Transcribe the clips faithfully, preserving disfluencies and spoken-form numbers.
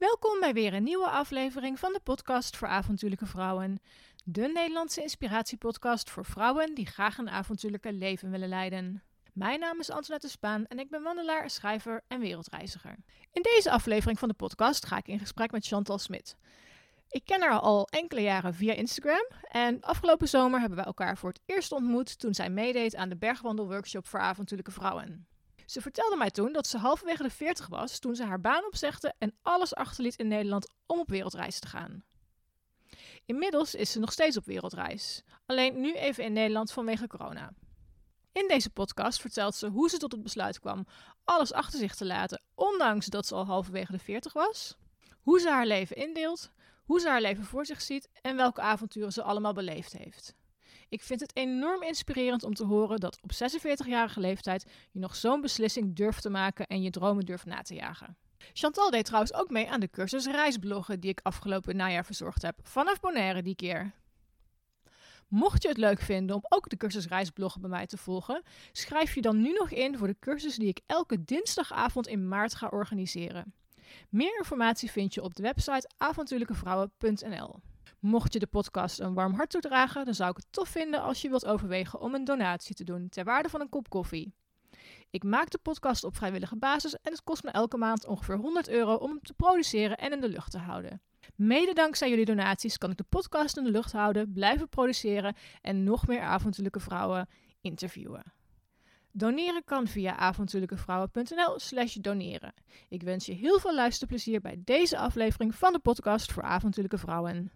Welkom bij weer een nieuwe aflevering van de podcast voor avontuurlijke vrouwen. De Nederlandse inspiratiepodcast voor vrouwen die graag een avontuurlijke leven willen leiden. Mijn naam is Antoinette Spaan en ik ben wandelaar, schrijver en wereldreiziger. In deze aflevering van de podcast ga ik in gesprek met Chantal Smit. Ik ken haar al enkele jaren via Instagram en afgelopen zomer hebben wij elkaar voor het eerst ontmoet toen zij meedeed aan de bergwandelworkshop voor avontuurlijke vrouwen. Ze vertelde mij toen dat ze halverwege de veertig was toen ze haar baan opzegde en alles achterliet in Nederland om op wereldreis te gaan. Inmiddels is ze nog steeds op wereldreis, alleen nu even in Nederland vanwege corona. In deze podcast vertelt ze hoe ze tot het besluit kwam alles achter zich te laten, ondanks dat ze al halverwege de veertig was, hoe ze haar leven indeelt, hoe ze haar leven voor zich ziet en welke avonturen ze allemaal beleefd heeft. Ik vind het enorm inspirerend om te horen dat op zesenveertigjarige leeftijd je nog zo'n beslissing durft te maken en je dromen durft na te jagen. Chantal deed trouwens ook mee aan de cursus reisbloggen die ik afgelopen najaar verzorgd heb, vanaf Bonaire die keer. Mocht je het leuk vinden om ook de cursus reisbloggen bij mij te volgen, schrijf je dan nu nog in voor de cursus die ik elke dinsdagavond in maart ga organiseren. Meer informatie vind je op de website avontuurlijkevrouwen punt n l. Mocht je de podcast een warm hart toedragen, dan zou ik het tof vinden als je wilt overwegen om een donatie te doen ter waarde van een kop koffie. Ik maak de podcast op vrijwillige basis en het kost me elke maand ongeveer honderd euro om hem te produceren en in de lucht te houden. Mede dankzij jullie donaties kan ik de podcast in de lucht houden, blijven produceren en nog meer avontuurlijke vrouwen interviewen. Doneren kan via avontuurlijkevrouwen punt n l slash doneren. Ik wens je heel veel luisterplezier bij deze aflevering van de podcast voor avontuurlijke vrouwen.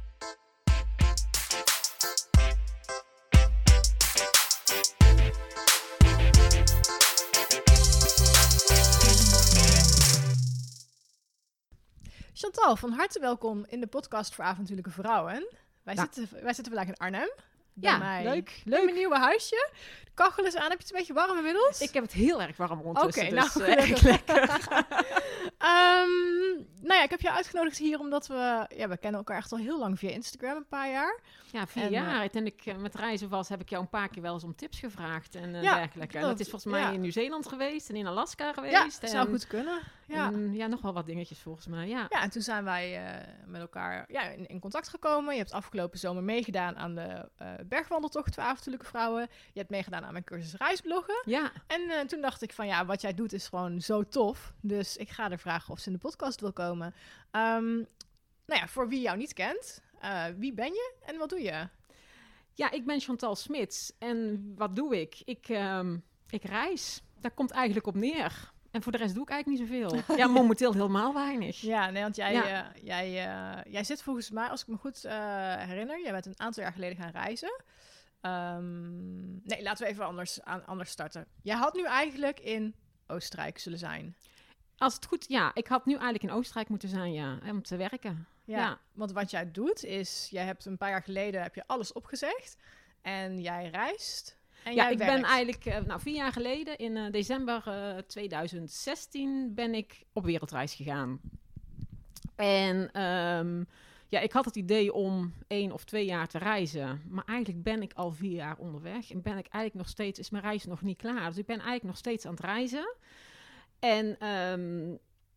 Chantal, van harte welkom in de podcast voor avontuurlijke vrouwen. Wij, Ja. zitten, wij zitten vandaag in Arnhem. Bij Ja, mij leuk, in leuk. mijn nieuwe huisje. De kachel is aan. Heb je het een beetje warm inmiddels? Ik heb het heel erg warm ondertussen, Oké, dus nou, eh, echt gelukkig. lekker. Ehm, nou ja, ik heb jou uitgenodigd hier omdat we... Ja, we kennen elkaar echt al heel lang via Instagram, een paar jaar. Ja, vier En, jaar. Toen ik eh, met reizen was, heb ik jou een paar keer wel eens om tips gevraagd en eh, Ja, dergelijke. En klopt. dat is volgens mij Ja. in Nieuw-Zeeland geweest en in Alaska geweest. Ja, en, zou goed kunnen. Ja. En, ja, nog wel wat dingetjes volgens mij, ja. Ja, en toen zijn wij uh, met elkaar ja, in, in contact gekomen. Je hebt afgelopen zomer meegedaan aan de uh, bergwandeltocht voor avontuurlijke vrouwen. Je hebt meegedaan aan mijn cursus reisbloggen. Ja, En uh, toen dacht ik van ja, wat jij doet is gewoon zo tof. Dus ik ga er vragen of ze in de podcast wil komen. Um, nou ja, voor wie jou niet kent, uh, wie ben je en wat doe je? ja, ik ben Chantal Smit en wat doe ik? Ik, ehm, ik reis. Daar komt eigenlijk op neer. En voor de rest doe ik eigenlijk niet zoveel. Ja, momenteel helemaal weinig. Ja, nee, want jij, Ja. uh, jij, uh, jij zit volgens mij, als ik me goed uh, herinner, jij bent een aantal jaar geleden gaan reizen. Um, nee, laten we even anders, aan, anders starten. Jij had nu eigenlijk in Oostenrijk zullen zijn. Als het goed, ja, ik had nu eigenlijk in Oostenrijk moeten zijn, ja, om te werken. Ja, Ja. want wat jij doet is, jij hebt een paar jaar geleden heb je alles opgezegd en jij reist en Ja, jij ik werkt. ben eigenlijk, uh, nou vier jaar geleden, in uh, december uh, tweeduizend zestien, ben ik op wereldreis gegaan. En um, ja, ik had het idee om één of twee jaar te reizen, maar eigenlijk ben ik al vier jaar onderweg en ben ik eigenlijk nog steeds, is mijn reis nog niet klaar. Dus ik ben eigenlijk nog steeds aan het reizen. En um,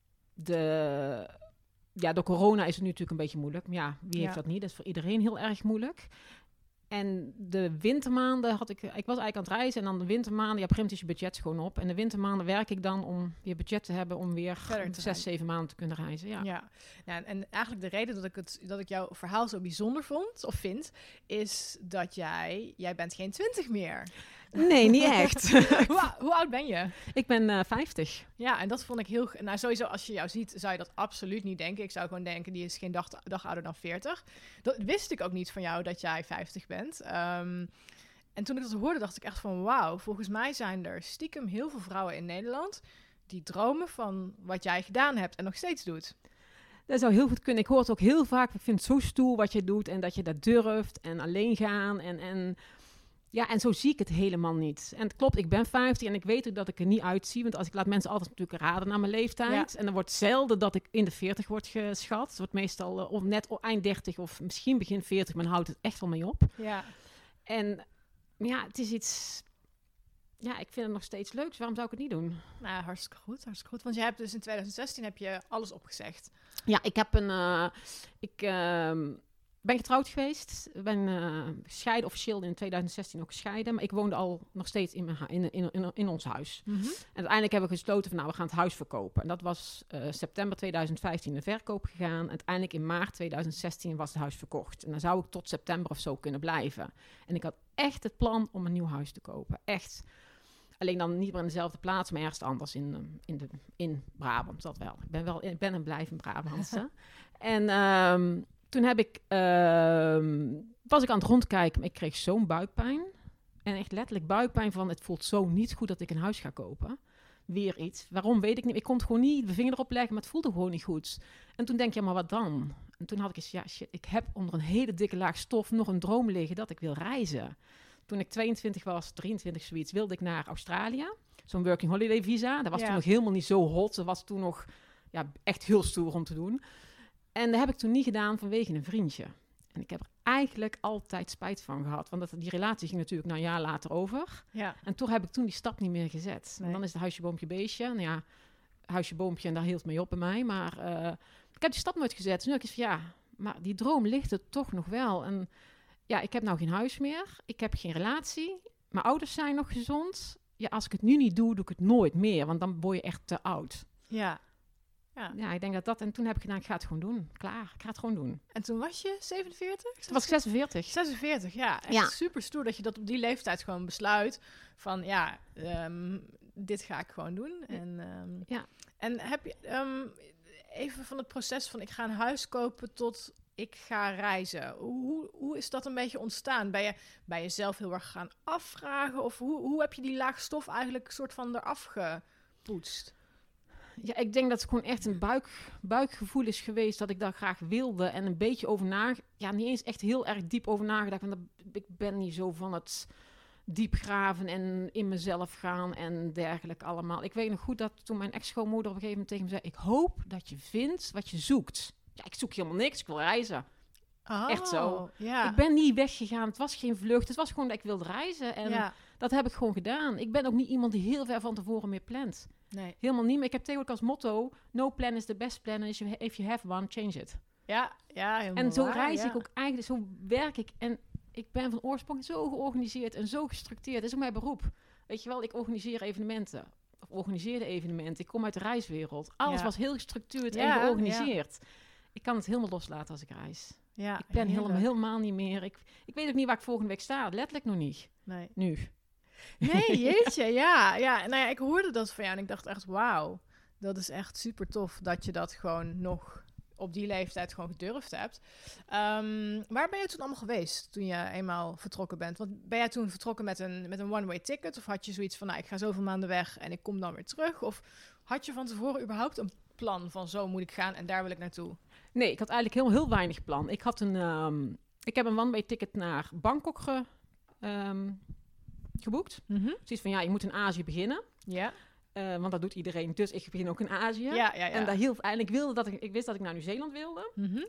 de, ja, door corona is het nu natuurlijk een beetje moeilijk. Maar ja, wie heeft Ja. dat niet? Dat is voor iedereen heel erg moeilijk. En de wintermaanden had ik... Ik was eigenlijk aan het reizen en dan de wintermaanden... Ja, op een gegeven moment is je budget gewoon op. En de wintermaanden werk ik dan om je budget te hebben... om weer Verder te zes, reizen. zeven maanden te kunnen reizen. Ja. Ja, ja en eigenlijk de reden dat ik, het, dat ik jouw verhaal zo bijzonder vond, of vind, is dat jij, jij bent geen twintig meer. Nee, niet echt. hoe, hoe oud ben je? Ik ben uh, vijftig. Ja, en dat vond ik heel... Nou, sowieso, als je jou ziet, zou je dat absoluut niet denken. Ik zou gewoon denken, die is geen dag, dag ouder dan veertig. Dat wist ik ook niet van jou, dat jij vijftig bent. Um, en toen ik dat hoorde, dacht ik echt van... Wauw, volgens mij zijn er stiekem heel veel vrouwen in Nederland... die dromen van wat jij gedaan hebt en nog steeds doet. Dat zou heel goed kunnen. Ik hoor het ook heel vaak. Ik vind het zo stoer wat je doet en dat je dat durft en alleen gaan en... en ja, en zo zie ik het helemaal niet. En het klopt, ik ben vijftig en ik weet ook dat ik er niet uitzie. Want als ik laat mensen altijd natuurlijk raden naar mijn leeftijd. Ja. En dan wordt zelden dat ik in de veertig word geschat. Het wordt meestal uh, of net eind dertig of misschien begin veertig. Maar dan houdt het echt wel mee op. Ja. En ja, het is iets... ja, ik vind het nog steeds leuk. Dus waarom zou ik het niet doen? Nou, hartstikke goed, hartstikke goed. Want je hebt dus in twintig zestien heb je alles opgezegd. Ja, ik heb een... Uh, ik uh, ben getrouwd geweest. Ik ben uh, gescheiden, officieel in twintig zestien ook gescheiden. Maar ik woonde al nog steeds in, mijn hu- in, in, in, in ons huis. Mm-hmm. En uiteindelijk hebben we gesloten van, nou, we gaan het huis verkopen. En dat was uh, september twintig vijftien de verkoop gegaan. Uiteindelijk in maart twintig zestien was het huis verkocht. En dan zou ik tot september of zo kunnen blijven. En ik had echt het plan om een nieuw huis te kopen. Echt. Alleen dan niet meer in dezelfde plaats, maar ergens anders in, in, de, in Brabant. Dat wel. Ik ben wel ik ben en blijf in Brabantse. En um, toen heb ik, um, was ik aan het rondkijken, maar ik kreeg zo'n buikpijn. En echt letterlijk buikpijn van, het voelt zo niet goed dat ik een huis ga kopen. Weer iets. Waarom, weet ik niet. Ik kon het gewoon niet de vinger erop leggen, maar het voelde gewoon niet goed. En toen denk je, maar wat dan? En toen had ik eens, ja shit, ik heb onder een hele dikke laag stof nog een droom liggen dat ik wil reizen. Toen ik tweeëntwintig was, drieëntwintig zoiets, wilde ik naar Australië. Zo'n working holiday visa. Dat was ja. toen nog helemaal niet zo hot. Dat was toen nog ja, echt heel stoer om te doen. En dat heb ik toen niet gedaan vanwege een vriendje. En ik heb er eigenlijk altijd spijt van gehad. Want dat, die relatie ging natuurlijk nou een jaar later over. Ja. En toch heb ik toen die stap niet meer gezet. Nee. En dan is het huisje, boompje, beestje. Nou ja, huisje, boompje en daar hield mee op bij mij. Maar uh, ik heb die stap nooit gezet. Dus nu heb ik gezegd, ja, maar die droom ligt er toch nog wel. En ja, ik heb nou geen huis meer. Ik heb geen relatie. Mijn ouders zijn nog gezond. Ja, als ik het nu niet doe, doe ik het nooit meer. Want dan word je echt te oud. Ja. Ja. Ja, ik denk dat dat... En toen heb ik gedaan, ik ga het gewoon doen. Klaar, ik ga het gewoon doen. En toen was je zevenenveertig? Toen was ik zesenveertig. zesenveertig, ja. Echt ja. super stoer dat je dat op die leeftijd gewoon besluit. Van ja, um, dit ga ik gewoon doen. En, um, ja. en heb je... Um, even van het proces van ik ga een huis kopen tot ik ga reizen. Hoe, hoe is dat een beetje ontstaan? Ben je, ben je zelf heel erg gaan afvragen? Of hoe, hoe heb je die laag stof eigenlijk soort van eraf gepoetst? Ja, ik denk dat het gewoon echt een buik, buikgevoel is geweest dat ik dat graag wilde. En een beetje over na... Ja, niet eens echt heel erg diep over nagedacht. Want ik ben niet zo van het diep graven en in mezelf gaan en dergelijke allemaal. Ik weet nog goed dat toen mijn ex-schoonmoeder op een gegeven moment tegen me zei, ik hoop dat je vindt wat je zoekt. Ja, ik zoek helemaal niks. Ik wil reizen. Oh, echt zo. Ja. Ik ben niet weggegaan. Het was geen vlucht. Het was gewoon dat ik wilde reizen. En ja. dat heb ik gewoon gedaan. Ik ben ook niet iemand die heel ver van tevoren meer plant. Nee. Helemaal niet. Maar ik heb tegenwoordig als motto, no plan is the best plan. And if you have one, change it. Ja, ja, helemaal En zo waar, reis ja. ik ook eigenlijk. Zo werk ik. En ik ben van oorsprong zo georganiseerd en zo gestructureerd. Dat is ook mijn beroep. Weet je wel, ik organiseer evenementen. Of organiseerde evenementen. Ik kom uit de reiswereld. Alles ja. was heel gestructureerd ja, en georganiseerd. Ja. Ik kan het helemaal loslaten als ik reis. Ja, ik ben helemaal, helemaal niet meer. Ik, ik weet ook niet waar ik volgende week sta. Letterlijk nog niet. Nee. Nu. Nee, jeetje, ja. ja. Nou ja, ik hoorde dat van jou en ik dacht echt, wauw. Dat is echt super tof dat je dat gewoon nog op die leeftijd gewoon gedurfd hebt. Um, waar ben je toen allemaal geweest toen je eenmaal vertrokken bent? Want ben jij toen vertrokken met een, met een one-way ticket? Of had je zoiets van, nou, ik ga zoveel maanden weg en ik kom dan weer terug? Of had je van tevoren überhaupt een plan van zo moet ik gaan en daar wil ik naartoe? Nee, ik had eigenlijk heel, heel weinig plan. Ik had een, um, ik heb een one-way ticket naar Bangkok ge, um, geboekt. Mm-hmm. Zoiets van, ja, je moet in Azië beginnen. Ja. Uh, want dat doet iedereen. Dus ik begin ook in Azië. Ja, ja, ja. En daar hielp eigenlijk wilde dat ik, ik wist dat ik naar Nieuw-Zeeland wilde. Mm-hmm.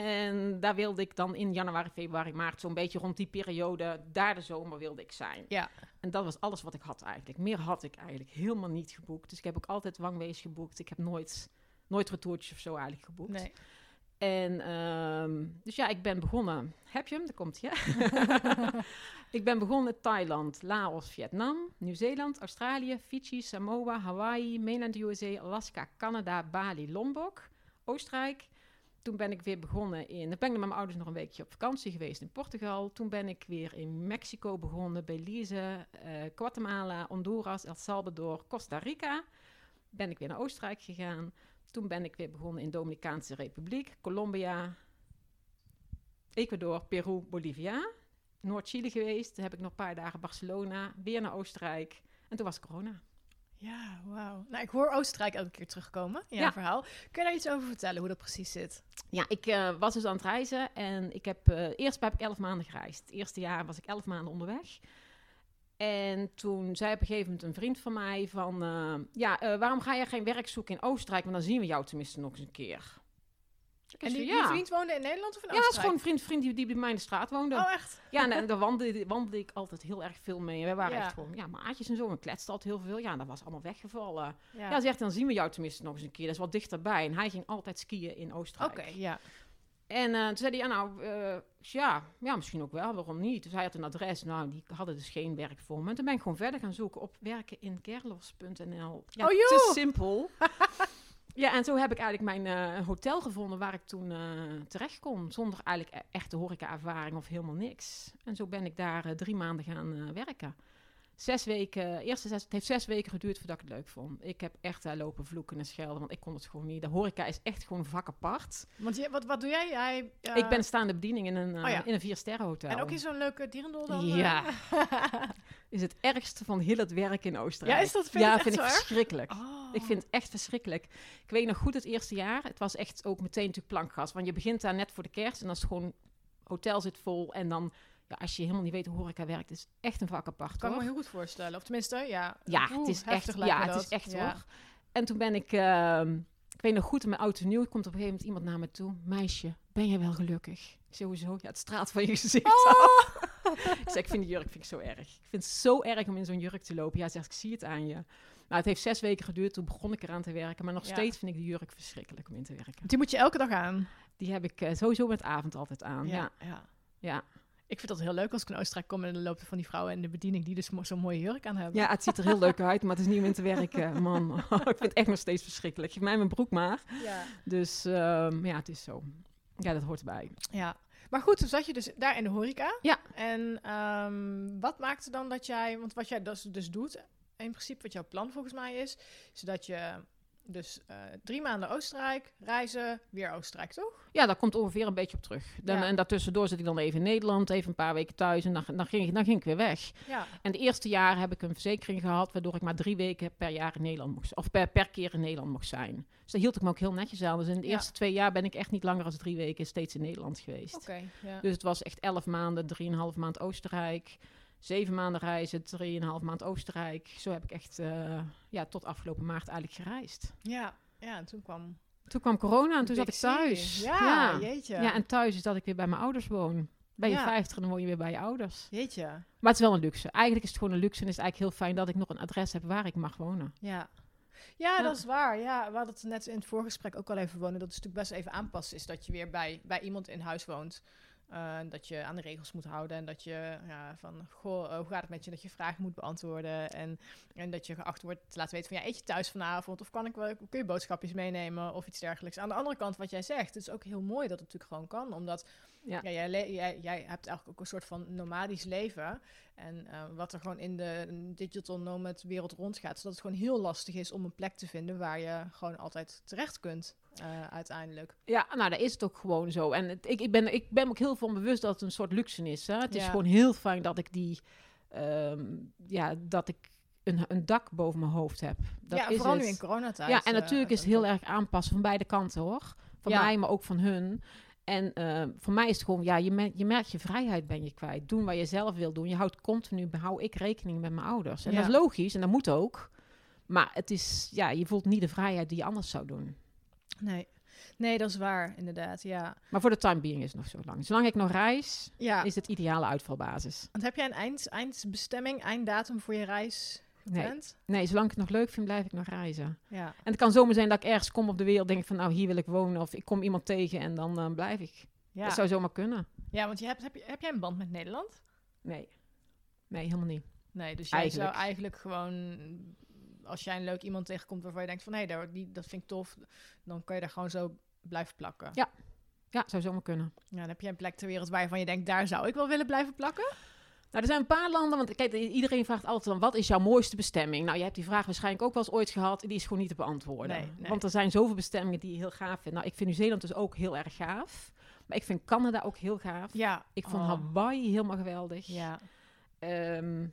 En daar wilde ik dan in januari, februari, maart, zo'n beetje rond die periode, daar de zomer wilde ik zijn. Ja. En dat was alles wat ik had eigenlijk. Meer had ik eigenlijk helemaal niet geboekt. Dus ik heb ook altijd one-ways geboekt. Ik heb nooit, nooit retourtjes of zo eigenlijk geboekt. Nee. En um, dus ja, ik ben begonnen. Heb je hem? Daar komt hij. Ik ben begonnen in Thailand, Laos, Vietnam, Nieuw-Zeeland, Australië, Fiji, Samoa, Hawaii, Mainland U S A, Alaska, Canada, Bali, Lombok, Oostenrijk. Toen ben ik weer begonnen in... Dan ben ik met mijn ouders nog een weekje op vakantie geweest in Portugal. Toen ben ik weer in Mexico begonnen, Belize, uh, Guatemala, Honduras, El Salvador, Costa Rica. Ben ik weer naar Oostenrijk gegaan. Toen ben ik weer begonnen in Dominicaanse Republiek, Colombia, Ecuador, Peru, Bolivia. Noord-Chili geweest. Toen heb ik nog een paar dagen Barcelona, weer naar Oostenrijk. En toen was corona. Ja, wauw. Nou, ik hoor Oostenrijk elke keer terugkomen in jouw ja. verhaal. Kun je daar iets over vertellen, hoe dat precies zit? Ja, ik uh, was dus aan het reizen en ik heb... Uh, eerst heb ik elf maanden gereisd. Het eerste jaar was ik elf maanden onderweg. En toen zei op een gegeven moment een vriend van mij van... Uh, ja, uh, waarom ga je geen werk zoeken in Oostenrijk? Want dan zien we jou tenminste nog eens een keer. En die, ja. die vriend woonde in Nederland of in Ja, dat is Oostenrijk? gewoon een vriend, vriend die, die bij mij in de straat woonde. Oh, echt? Ja, en daar wandelde, wandelde ik altijd heel erg veel mee. En wij waren Ja. echt gewoon, ja, maatjes en zo. En kletste altijd heel veel. Ja, en dat was allemaal weggevallen. Ja, Ja, zegt, dan zien we jou tenminste nog eens een keer. Dat is wat dichterbij. En hij ging altijd skiën in Oostenrijk. Oké, ja. En uh, toen zei hij, ja, nou, uh, ja, ja, misschien ook wel, waarom niet? Dus hij had een adres, nou, die hadden dus geen werk voor me. En toen ben ik gewoon verder gaan zoeken op werken in gerlos punt n l. Ja, Oh, joh! te simpel. Ja, en zo heb ik eigenlijk mijn uh, hotel gevonden waar ik toen uh, terecht kon. Zonder eigenlijk e- echte horeca-ervaring of helemaal niks. En zo ben ik daar uh, drie maanden gaan uh, werken. Zes weken, eerste zes, het heeft zes weken geduurd voordat ik het leuk vond. Ik heb echt uh, lopen vloeken en schelden, want ik kon het gewoon niet. De horeca is echt gewoon een vak apart. Want je, wat, wat doe jij? jij uh... Ik ben staande bediening in een, uh, oh, ja. in een vier-sterren hotel. En ook in zo'n leuke dierendol dan? Ja. Is het ergste van heel het werk in Oostenrijk. Ja, is dat, vind ja, je vind ik zo erg? verschrikkelijk. Oh. Ik vind het echt verschrikkelijk. Ik weet nog goed het eerste jaar. Het was echt ook meteen natuurlijk plankgas. Want je begint daar net voor de kerst en dan is het gewoon, hotel zit vol. En dan, ja, als je helemaal niet weet hoe horeca werkt, is het echt een vak apart. Kan ik hoor. me heel goed voorstellen. Of tenminste, ja. Ja, Oeh, het is heftig echt, lijkt ja, me het is dat. echt ja. hoor. En toen ben ik, uh, ik weet nog goed, in mijn oud en nieuw komt op een gegeven moment iemand naar me toe. Meisje, ben je wel gelukkig? Sowieso, ja, het straalt van je gezicht Oh. af. Ik zeg, ik vind die jurk vind ik zo erg. Ik vind het zo erg om in zo'n jurk te lopen. Ja, zegt, ik zie het aan je. Nou, het heeft zes weken geduurd, toen begon ik eraan te werken. Maar nog Ja. steeds vind ik de jurk verschrikkelijk om in te werken. Die moet je elke dag aan. Die heb ik uh, sowieso met avond altijd aan. Ja. Ja, ja. Ja. Ik vind dat heel leuk als ik in Oostenrijk kom en dan lopen van die vrouwen in de bediening die dus mo- zo'n mooie jurk aan hebben. ja, het ziet er heel leuk uit, maar het is niet om in te werken. Man, ik vind het echt nog steeds verschrikkelijk. Geef mij mijn broek maar. Ja. Dus um, ja, het is zo. Ja, dat hoort erbij. Ja. Maar goed, toen zat je dus daar in de horeca. Ja. En um, wat maakte dan dat jij, want wat jij dus, dus doet, in principe wat jouw plan volgens mij is, is dat je dus uh, drie maanden Oostenrijk, reizen, weer Oostenrijk, toch? Ja, daar komt ongeveer een beetje op terug. Dan, Ja. En daartussendoor zit ik dan even in Nederland, even een paar weken thuis en dan, dan, ging, ik, dan ging ik weer weg. Ja. En de eerste jaar heb ik een verzekering gehad, waardoor ik maar drie weken per jaar in Nederland mocht, of per, per keer in Nederland mocht zijn. Dus daar hield ik me ook heel netjes aan. Dus in de Ja. eerste twee jaar ben ik echt niet langer dan drie weken steeds in Nederland geweest. Oké. Okay, ja. Dus het was echt elf maanden, drieënhalf maand Oostenrijk, zeven maanden reizen, drieënhalf maand Oostenrijk. Zo heb ik echt uh, ja, tot afgelopen maart eigenlijk gereisd. Ja. Ja, en toen kwam... Toen kwam corona en toen Big zat ik thuis. Ja, ja, jeetje. Ja, en thuis is dat ik weer bij mijn ouders woon. Ben je Ja. vijftig en dan woon je weer bij je ouders. Jeetje. Maar het is wel een luxe. Eigenlijk is het gewoon een luxe en is het eigenlijk heel fijn dat ik nog een adres heb waar ik mag wonen. Ja. Ja, Ja. dat is waar. Ja, we hadden het net in het voorgesprek ook al even wonen. Dat is natuurlijk best even aanpassen. Is dat je weer bij, bij iemand in huis woont. Uh, dat je aan de regels moet houden. En dat je ja, van, goh, uh, hoe gaat het met je? Dat je vragen moet beantwoorden. En, en dat je geacht wordt te laten weten van, ja, eet je thuis vanavond? Of kan ik wel, kun je boodschapjes meenemen? Of iets dergelijks. Aan de andere kant, wat jij zegt, het is ook heel mooi dat het natuurlijk gewoon kan. Omdat Ja. ja, jij, le- jij, jij hebt eigenlijk ook een soort van nomadisch leven. En uh, wat er gewoon in de digital nomad wereld rondgaat. Zodat het gewoon heel lastig is om een plek te vinden waar je gewoon altijd terecht kunt. Uh, uiteindelijk. Ja, nou, dat is het ook gewoon zo. En het, ik, ik, ben, ik ben me ook heel van bewust dat het een soort luxe is. Hè? Het is Ja. gewoon heel fijn dat ik die... Um, ja, dat ik een, een dak boven mijn hoofd heb. Dat ja, is vooral het. nu in coronatijd. Ja, en natuurlijk uh, is het heel erg aanpassen van beide kanten, hoor. Van Ja. mij, maar ook van hun. En uh, voor mij is het gewoon, ja, je, mer- je merkt je vrijheid ben je kwijt. Doen wat je zelf wil doen. Je houdt continu, hou ik rekening met mijn ouders. En Ja. dat is logisch en dat moet ook. Maar het is, ja, je voelt niet de vrijheid die je anders zou doen. Nee. Nee, dat is waar, inderdaad, ja. Maar voor de time being is het nog zo lang. Zolang ik nog reis, Ja, is het ideale uitvalbasis. want heb jij een eind, eindbestemming, einddatum voor je reis Nee. gepland? Nee, zolang ik het nog leuk vind, blijf ik nog reizen. Ja. En het kan zomaar zijn dat ik ergens kom op de wereld, denk ik van, nou, hier wil ik wonen. Of ik kom iemand tegen en dan uh, blijf ik. Ja. Dat zou zomaar kunnen. Ja, want je hebt, heb, je, heb jij een band met Nederland? Nee. Nee, helemaal niet. Nee, dus jij Eigenlijk. zou eigenlijk gewoon, als jij een leuk iemand tegenkomt waarvan je denkt van, hé, hey, die, dat vind ik tof, dan kan je daar gewoon zo blijven plakken. Ja. Ja, zou zomaar kunnen. Ja, dan heb je een plek ter wereld waarvan je denkt, daar zou ik wel willen blijven plakken? Nou, er zijn een paar landen, want kijk, iedereen vraagt altijd dan, wat is jouw mooiste bestemming? Nou, je hebt die vraag waarschijnlijk ook wel eens ooit gehad, die is gewoon niet te beantwoorden. Nee, nee. Want er zijn zoveel bestemmingen die je heel gaaf vindt. Nou, ik vind Nieuw-Zeeland dus ook heel erg gaaf. Maar ik vind Canada ook heel gaaf. Ja. Ik vond Oh. Hawaii helemaal geweldig. Ja. Um,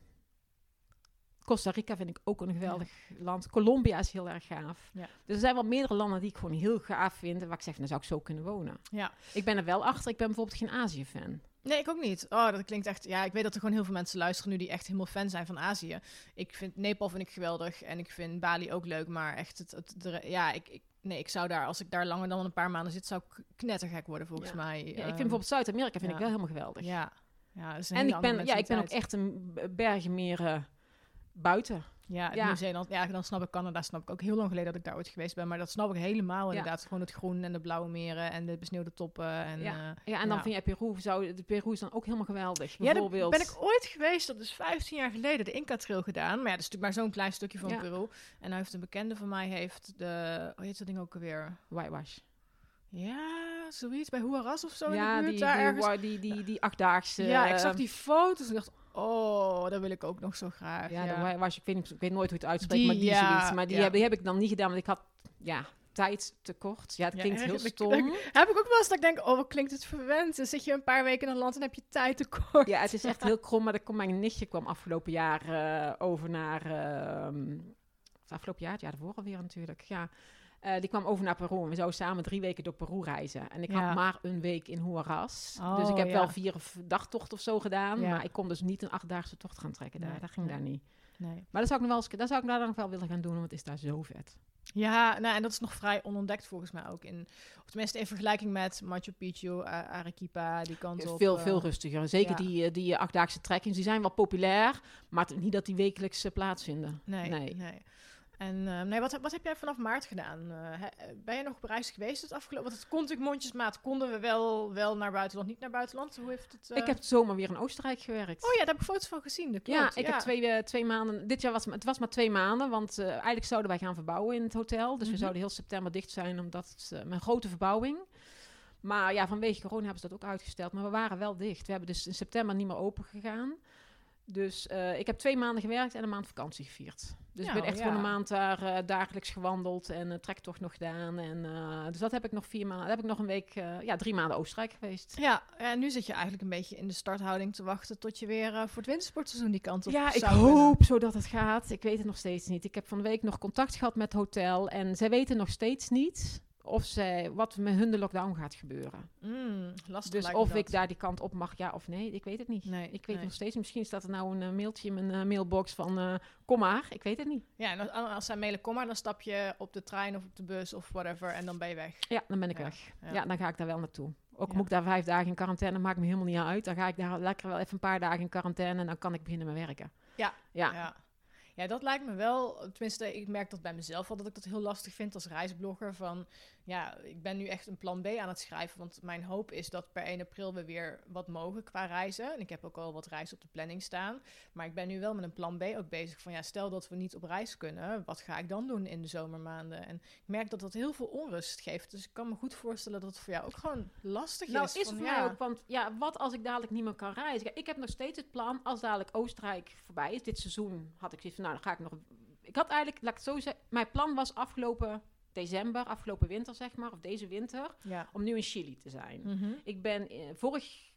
Costa Rica vind ik ook een geweldig ja. land. Colombia is heel erg gaaf. Ja. Dus er zijn wel meerdere landen die ik gewoon heel gaaf vind. Waar ik zeg, dan zou ik zo kunnen wonen. Ja. Ik ben er wel achter. Ik ben bijvoorbeeld geen Azië-fan. Nee, ik ook niet. Oh, dat klinkt echt... Ja, ik weet dat er gewoon heel veel mensen luisteren nu die echt helemaal fan zijn van Azië. Ik vind Nepal vind ik geweldig en ik vind Bali ook leuk, maar echt het... het de, ja, ik, ik, nee, ik zou daar, als ik daar langer dan een paar maanden zit, zou ik knettergek worden volgens Ja. mij. Ja, ik Um, vind bijvoorbeeld Zuid-Amerika vind ja. ik wel helemaal geweldig. Ja, ja, dat is een En hele ik ben, andere ja, ik ben ook mentaliteit. echt een b- bergen meer uh, buiten. Ja, Ja. Nieuw-Zeeland. Ja, dan snap ik Canada. Snap ik ook heel lang geleden dat ik daar ooit geweest ben. Maar dat snap ik helemaal Ja. inderdaad. Gewoon het groen en de blauwe meren en de besneeuwde toppen. En, Ja. uh, Ja, en dan ja. vind je Peru, zou, de Peru is dan ook helemaal geweldig. Ja, daar Bijvoorbeeld. ben ik ooit geweest. Dat is vijftien jaar geleden. De Inca-trail gedaan. Maar ja, dat is natuurlijk maar zo'n klein stukje van Ja. Peru. En hij heeft een bekende van mij heeft de... Hoe heet dat ding ook alweer? Whitewash. Ja, zoiets. Bij Huaraz of zo Ja, in de die, buurt. Daar die, ergens. wa- die, die, die achtdaagse. Ja, ik eh, zag die foto's en dacht... Oh, dat wil ik ook nog zo graag. Ja, Ja, de Whitewash, ik weet, niet, ik weet nooit hoe het uitspreekt, Die, maar die ja, zoiets. Maar die, ja. heb, die heb ik dan niet gedaan, want ik had ja, tijd tekort. Ja, het Ja, klinkt heel eigenlijk- stom. Heb ik ook wel eens dat ik denk... Oh, wat klinkt het verwend. Dan zit je een paar weken in een land en heb je tijd tekort. Ja, het is echt heel krom, maar er komt mijn nichtje kwam afgelopen jaar eh, over naar... ehm, het afgelopen jaar, het jaar ervoor alweer natuurlijk, ja. Eh, die kwam over naar Peru en we zouden samen drie weken door Peru reizen. En ik Ja. had maar een week in Huaraz. Oh, dus ik heb ja. wel vier v- dagtocht of zo gedaan. Ja. Maar ik kon dus niet een achtdaagse tocht gaan trekken. Daar, Nee, dat ging nee. daar niet. Nee. Maar dat zou ik nog wel eens, dat zou ik daar nog wel willen gaan doen, want het is daar zo vet. Ja, nou, en dat is nog vrij onontdekt volgens mij ook. In, of tenminste in vergelijking met Machu Picchu, A- Arequipa, die kant op. Veel, eh, veel rustiger. Zeker ja. die, eh, die eh, achtdaagse trekkings, die zijn wel populair, maar het- niet dat die wekelijks eh, plaatsvinden. Nee, nee. Nee. En eh, nee, wat, wat heb jij vanaf maart gedaan? Uh, he- ben je nog op reis geweest het afgelopen... Want het kon natuurlijk mondjesmaat. Konden we wel, wel naar buitenland, niet naar buitenland? Hoe heeft het... eh, Ik heb het zomer weer in Oostenrijk gewerkt. Oh ja, daar heb ik foto's van gezien. Dat klopt. Ja, ik heb twee, eh, twee maanden. Dit jaar was het was maar twee maanden, want eh, eigenlijk zouden wij gaan verbouwen in het hotel. Dus Mhm. we zouden heel september dicht zijn, omdat het uh, een grote verbouwing. Maar ja, vanwege corona hebben ze dat ook uitgesteld. Maar we waren wel dicht. We hebben dus in september niet meer open gegaan. Dus uh, ik heb twee maanden gewerkt en een maand vakantie gevierd. Dus Nou, ik ben echt ja. gewoon een maand daar uh, dagelijks gewandeld en een uh, trektocht nog gedaan. En, uh, dus dat heb ik nog vier maanden. heb ik nog een week, uh, ja, drie maanden Oostenrijk geweest. Ja, en nu zit je eigenlijk een beetje in de starthouding te wachten tot je weer uh, voor het wintersportseizoen die kant op Ja, ik zou hoop kunnen. zo dat het gaat. Ik weet het nog steeds niet. Ik heb van de week nog contact gehad met het hotel en zij weten nog steeds niet of zij, wat met hun de lockdown gaat gebeuren. Mm, lastig Dus lijkt me of dat. ik daar die kant op mag, ja of nee, ik weet het niet. Nee, ik weet nee. nog steeds, misschien staat er nou een uh, mailtje in mijn uh, mailbox van uh, kom maar, ik weet het niet. Ja, en als, als zij mailen, kom maar, dan stap je op de trein of op de bus of whatever en dan ben je weg. Ja, dan ben ik Ja, weg. ja. Ja. dan ga ik daar wel naartoe. Ook Ja. moet ik daar vijf dagen in quarantaine, maakt me helemaal niet uit. Dan ga ik daar lekker wel even een paar dagen in quarantaine en dan kan ik beginnen met werken. Ja. Ja. Ja. Ja, dat lijkt me wel, tenminste, ik merk dat bij mezelf al, dat ik dat heel lastig vind als reisblogger. Van, ja, ik ben nu echt een plan B aan het schrijven, want mijn hoop is dat per één april we weer wat mogen qua reizen. En ik heb ook al wat reizen op de planning staan. Maar ik ben nu wel met een plan B ook bezig van, ja, stel dat we niet op reis kunnen, wat ga ik dan doen in de zomermaanden? En ik merk dat dat heel veel onrust geeft. Dus ik kan me goed voorstellen dat het voor jou ook gewoon lastig Nou, is. is van, het voor ja, mij ook, want ja, wat als ik dadelijk niet meer kan reizen? Kijk, ik heb nog steeds het plan, als dadelijk Oostenrijk voorbij is, dit seizoen had ik zoiets van, nou, dan ga ik nog... Ik had eigenlijk, laat ik het zo zeggen, mijn plan was afgelopen december, afgelopen winter zeg maar, of deze winter, Ja. om nu in Chili te zijn. Mhm. Ik ben eh, vorig...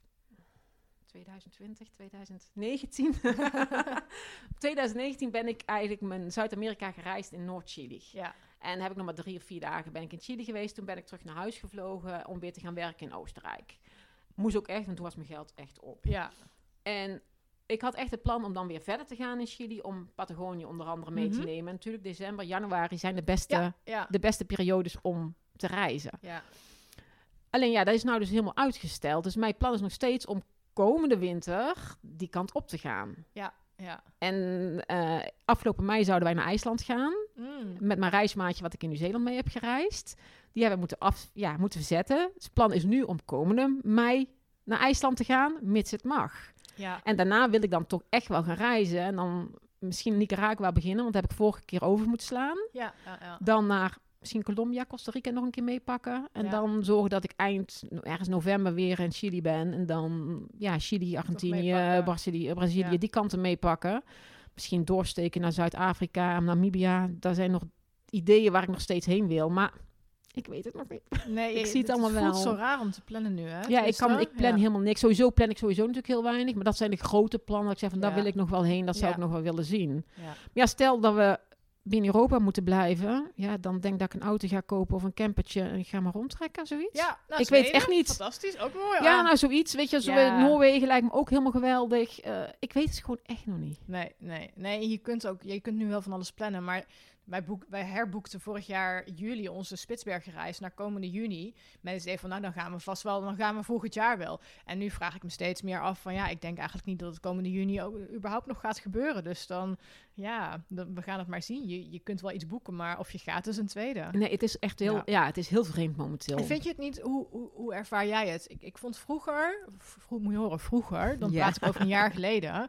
twintig twintig, twintig negentien twintig negentien ben ik eigenlijk mijn Zuid-Amerika gereisd in Noord-Chili. Ja. En heb ik nog maar drie of vier dagen ben ik in Chili geweest. Toen ben ik terug naar huis gevlogen om weer te gaan werken in Oostenrijk. Moest ook echt, want toen was mijn geld echt op. Ja. En ik had echt het plan om dan weer verder te gaan in Chili, om Patagonië onder andere mee Mhm. te nemen. En natuurlijk december, januari zijn de beste, Ja. Ja. de beste periodes om te reizen. Ja. Alleen ja, dat is nou dus helemaal uitgesteld. Dus mijn plan is nog steeds om komende winter die kant op te gaan. Ja. Ja. En uh, afgelopen mei zouden wij naar IJsland gaan. Mm. Met mijn reismaatje wat ik in Nieuw-Zeeland mee heb gereisd. Die hebben we moeten, af, ja, moeten verzetten. Dus het plan is nu om komende mei naar IJsland te gaan, mits het mag. Ja. En daarna wil ik dan toch echt wel gaan reizen. En dan misschien Nicaragua beginnen, want dat heb ik vorige keer over moeten slaan. Ja. Ja. Ja. Dan naar misschien Colombia, Costa Rica nog een keer meepakken. En Ja. dan zorgen dat ik eind, ergens november weer in Chili ben. En dan ja, Chili, Argentinië, meepakken. Brazilië, Brazilië Ja. die kanten meepakken. Misschien doorsteken naar Zuid-Afrika, Namibia. Daar zijn nog ideeën waar ik nog steeds heen wil. Maar ik weet het nog niet. Nee, Ik zie het allemaal voelt wel. zo raar om te plannen nu, hè? Ja, ik, Tenminste, kan, ik plan ja. helemaal niks. Sowieso plan ik sowieso natuurlijk heel weinig. Maar dat zijn de grote plannen. Dat ik zeg van, daar Ja. wil ik nog wel heen. Dat zou Ja. ik nog wel willen zien. Ja. Maar ja, stel dat we binnen Europa moeten blijven. Ja, dan denk ik dat ik een auto ga kopen of een campertje. En ik ga maar rondtrekken, zoiets. Ja, nou, Ik weet Zweden, echt niet. Fantastisch, ook mooi. Ja, ah. nou zoiets. Weet je, zo Ja. Noorwegen lijkt me ook helemaal geweldig. Uh, ik weet het gewoon echt nog niet. Nee, nee, nee. Je kunt ook, je kunt nu wel van alles plannen, maar Wij, boek, wij herboekten vorig jaar juli onze Spitsbergenreis naar komende juni. Met het idee van, nou, dan gaan we vast wel, dan gaan we volgend jaar wel. En nu vraag ik me steeds meer af van, ja, ik denk eigenlijk niet dat het komende juni ook überhaupt nog gaat gebeuren. Dus dan, ja, dan, we gaan het maar zien. Je, je kunt wel iets boeken, maar of je gaat is een tweede. Nee, het is echt heel, ja, ja het is heel vreemd momenteel. En vind je het niet, hoe, hoe, hoe ervaar jij het? Ik, ik vond vroeger, vroeg, moet je horen, vroeger, dan Ja. praat ik over een jaar geleden.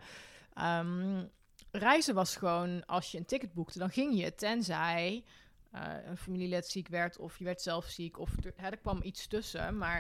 Um, reizen was gewoon, als je een ticket boekte, dan ging je, tenzij uh, een familielid ziek werd of je werd zelf ziek of er, hè, er kwam iets tussen. Maar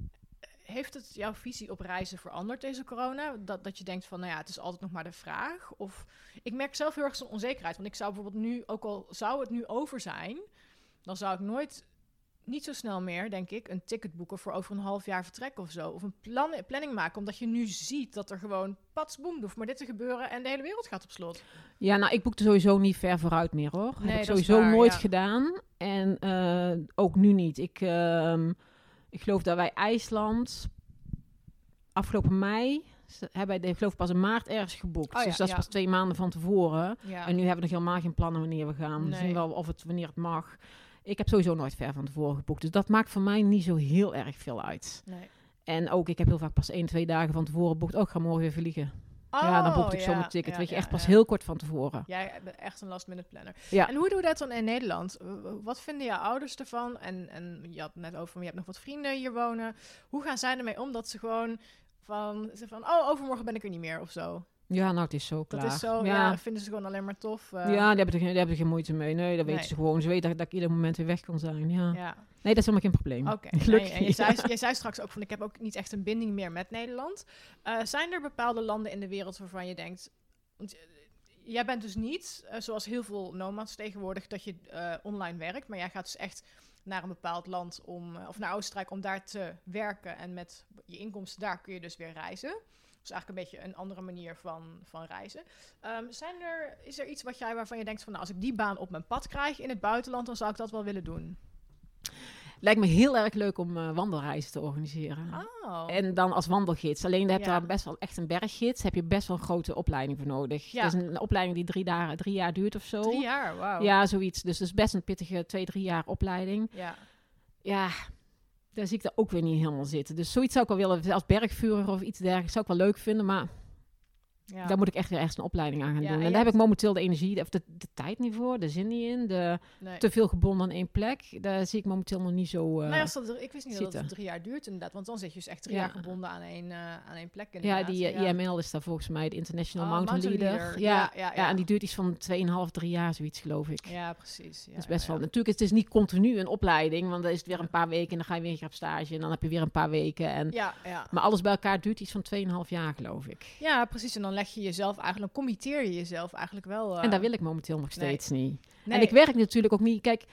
heeft het jouw visie op reizen veranderd, deze corona? Dat, dat je denkt van, nou ja, het is altijd nog maar de vraag. Of ik merk zelf heel erg zo'n onzekerheid. Want ik zou bijvoorbeeld nu, ook al zou het nu over zijn, dan zou ik nooit, niet zo snel meer, denk ik, een ticket boeken voor over een half jaar vertrek of zo. Of een plan, planning maken, omdat je nu ziet dat er gewoon patsboem hoeft maar dit te gebeuren en de hele wereld gaat op slot. Ja, nou, ik boekte sowieso niet ver vooruit meer, hoor. Nee, Heb ik dat is sowieso waar, nooit ja. gedaan. En uh, ook nu niet. Ik, uh, ik geloof dat wij IJsland afgelopen mei, hebben wij, ik geloof pas in maart ergens geboekt. Oh ja, dus dat ja. is pas twee maanden van tevoren. Ja. En nu hebben we nog helemaal geen plannen wanneer we gaan. We Nee. zien wel of het, wanneer het mag. Ik heb sowieso nooit ver van tevoren geboekt. Dus dat maakt voor mij niet zo heel erg veel uit. Nee. En ook, ik heb heel vaak pas één, twee dagen van tevoren geboekt. Oh, ik ga morgen weer vliegen. Oh, ja, dan boekte ik ja, zo mijn ticket. ja, weet je, ja, echt pas ja. heel kort van tevoren. Jij bent echt een last minute planner. Ja. En hoe doe je dat dan in Nederland? Wat vinden jouw ouders ervan? En, en je had het net over, je hebt nog wat vrienden hier wonen. Hoe gaan zij ermee om dat ze gewoon van, ze van oh, overmorgen ben ik er niet meer of zo? Ja, nou, het is zo klaar. Dat is zo, ja, ja. vinden ze gewoon alleen maar tof. Uh, Ja, die hebben, er geen, die hebben er geen moeite mee. Nee, dat Nee. weten ze gewoon. Ze weten dat, dat ik ieder moment weer weg kan zijn. Ja. ja. Nee, dat is helemaal geen probleem. Oké, Gelukkig en, en je, niet. zei, je zei straks ook van, ik heb ook niet echt een binding meer met Nederland. Uh, zijn er bepaalde landen in de wereld waarvan je denkt, want, uh, jij bent dus niet, uh, zoals heel veel nomads tegenwoordig, dat je uh, online werkt, maar jij gaat dus echt naar een bepaald land om, uh, of naar Oostenrijk om daar te werken en met je inkomsten daar kun je dus weer reizen. Dat is eigenlijk een beetje een andere manier van, van reizen. Um, zijn er, is er iets wat jij, waarvan je denkt van, nou, als ik die baan op mijn pad krijg in het buitenland, dan zou ik dat wel willen doen? Lijkt me heel erg leuk om uh, wandelreizen te organiseren. Oh. En dan als wandelgids. Alleen heb je Ja. daar best wel echt een berggids. Heb je best wel een grote opleiding voor nodig. Ja. Het is een, een opleiding die drie, dagen, drie jaar duurt of zo. Drie jaar, wauw. Ja, zoiets. Dus het is best een pittige twee, drie jaar opleiding. Ja. Ja, daar zie ik daar ook weer niet helemaal zitten. Dus zoiets zou ik wel willen, als bergvurer of iets dergelijks, zou ik wel leuk vinden. Maar Ja. daar moet ik echt weer ergens een opleiding aan gaan Ja, doen. en En je daar heb hebt- ik momenteel de energie, of de, de tijd niet voor, de zin niet in. De, Nee. te veel gebonden aan één plek. Daar zie ik momenteel nog niet zo... Uh, Nou ja, als dat, ik wist niet dat zitten. het drie jaar duurt inderdaad. Want dan zit je dus echt drie Ja. jaar gebonden aan één, uh, aan één plek ja, inderdaad. die uh, I M L is daar volgens mij de International Oh, Mountain, Mountain Leader. Leader. Ja, Ja, ja, ja, ja. en die duurt iets van tweeënhalf, drie jaar, zoiets geloof ik. Ja, precies. Ja, dat is best ja, wel... ja. Natuurlijk, het is niet continu een opleiding, want dan is het weer een paar weken en dan ga je weer op stage en dan heb je weer een paar weken. En, Ja, ja. Maar alles bij elkaar duurt iets van tweeënhalf jaar, geloof ik. ja, precies. En dan leg je jezelf eigenlijk, dan committeer je jezelf eigenlijk wel. Uh, En daar wil ik momenteel nog nee. steeds niet. nee. En ik werk natuurlijk ook niet... Kijk,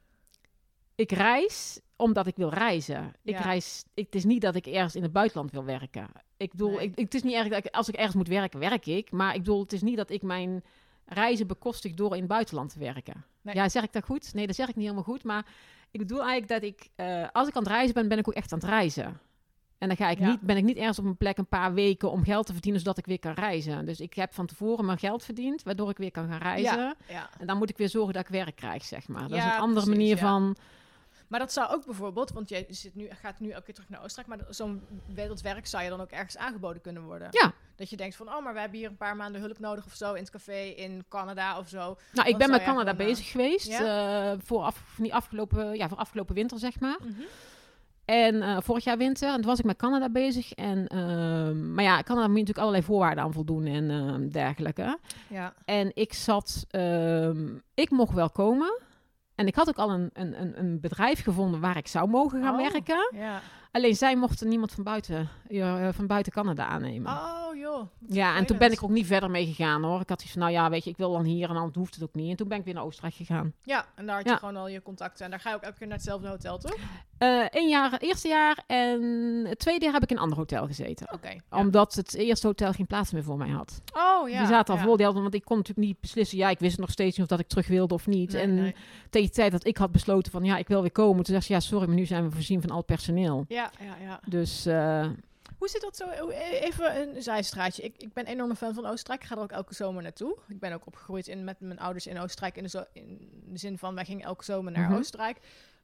ik reis omdat ik wil reizen. Ik Ja. reis... Ik, het is niet dat ik ergens in het buitenland wil werken. Ik bedoel, Nee. ik, het is niet erg dat ik, als ik ergens moet werken, werk ik. Maar ik bedoel, het is niet dat ik mijn reizen bekostig door in het buitenland te werken. Nee. Ja, zeg ik dat goed? Nee, dat zeg ik niet helemaal goed. Maar ik bedoel eigenlijk dat ik... Uh, als ik aan het reizen ben, ben ik ook echt aan het reizen. En dan ga ik Ja. niet, ben ik niet ergens op een plek een paar weken om geld te verdienen, zodat ik weer kan reizen. Dus ik heb van tevoren mijn geld verdiend, waardoor ik weer kan gaan reizen. Ja, ja. En dan moet ik weer zorgen dat ik werk krijg, zeg maar. Dat is Ja, een andere precies, manier ja. van... Maar dat zou ook bijvoorbeeld, want jij zit nu, gaat nu elke keer terug naar Oostenrijk, maar zo'n wereldwerk zou je dan ook ergens aangeboden kunnen worden. Ja. Dat je denkt van, oh, maar we hebben hier een paar maanden hulp nodig of zo in het café in Canada of zo. Nou, ik Dan ben zou met je Canada gewoon, uh, bezig geweest. ja? eh, voor, af, van die afgelopen, ja, voor afgelopen winter, zeg maar. Mhm. En uh, vorig jaar winter, en toen was ik met Canada bezig. En, uh, maar ja, Canada moet je natuurlijk allerlei voorwaarden aan voldoen en uh, dergelijke. Ja. En ik zat, uh, ik mocht wel komen. En ik had ook al een, een, een, een bedrijf gevonden waar ik zou mogen gaan Oh, werken. Ja. Alleen zij mochten niemand van buiten, ja, van buiten Canada aannemen. Oh, joh. Wat Ja, en toen vervelend. ben ik ook niet verder mee gegaan hoor. Ik had zoiets van, nou ja, weet je, ik wil dan hier en dan hoeft het ook niet. En toen ben ik weer naar Oostenrijk gegaan. Ja, en daar had je Ja. gewoon al je contacten. En daar ga je ook elke keer naar hetzelfde hotel, toch? Uh, een jaar, het eerste jaar en het tweede jaar heb ik in een ander hotel gezeten. Oké. ja. Omdat het eerste hotel geen plaats meer voor mij had. Oh, ja. Die zaten al ja. vol, die hadden, want ik kon natuurlijk niet beslissen. Ja, ik wist nog steeds niet of dat ik terug wilde of niet. Nee, en nee. tegen de tijd dat ik had besloten van, ja, ik wil weer komen. Toen zei ze, ja, sorry, maar nu zijn we voorzien van al het personeel. Ja, ja, ja. Dus... Uh, Hoe zit dat zo? Even een zijstraatje. Ik, ik ben een enorme fan van Oostenrijk. Ik ga er ook elke zomer naartoe. Ik ben ook opgegroeid in, met mijn ouders in Oostenrijk. In de, zo, in de zin van, wij gingen elke zomer naar Mm-hmm. Oostenrijk.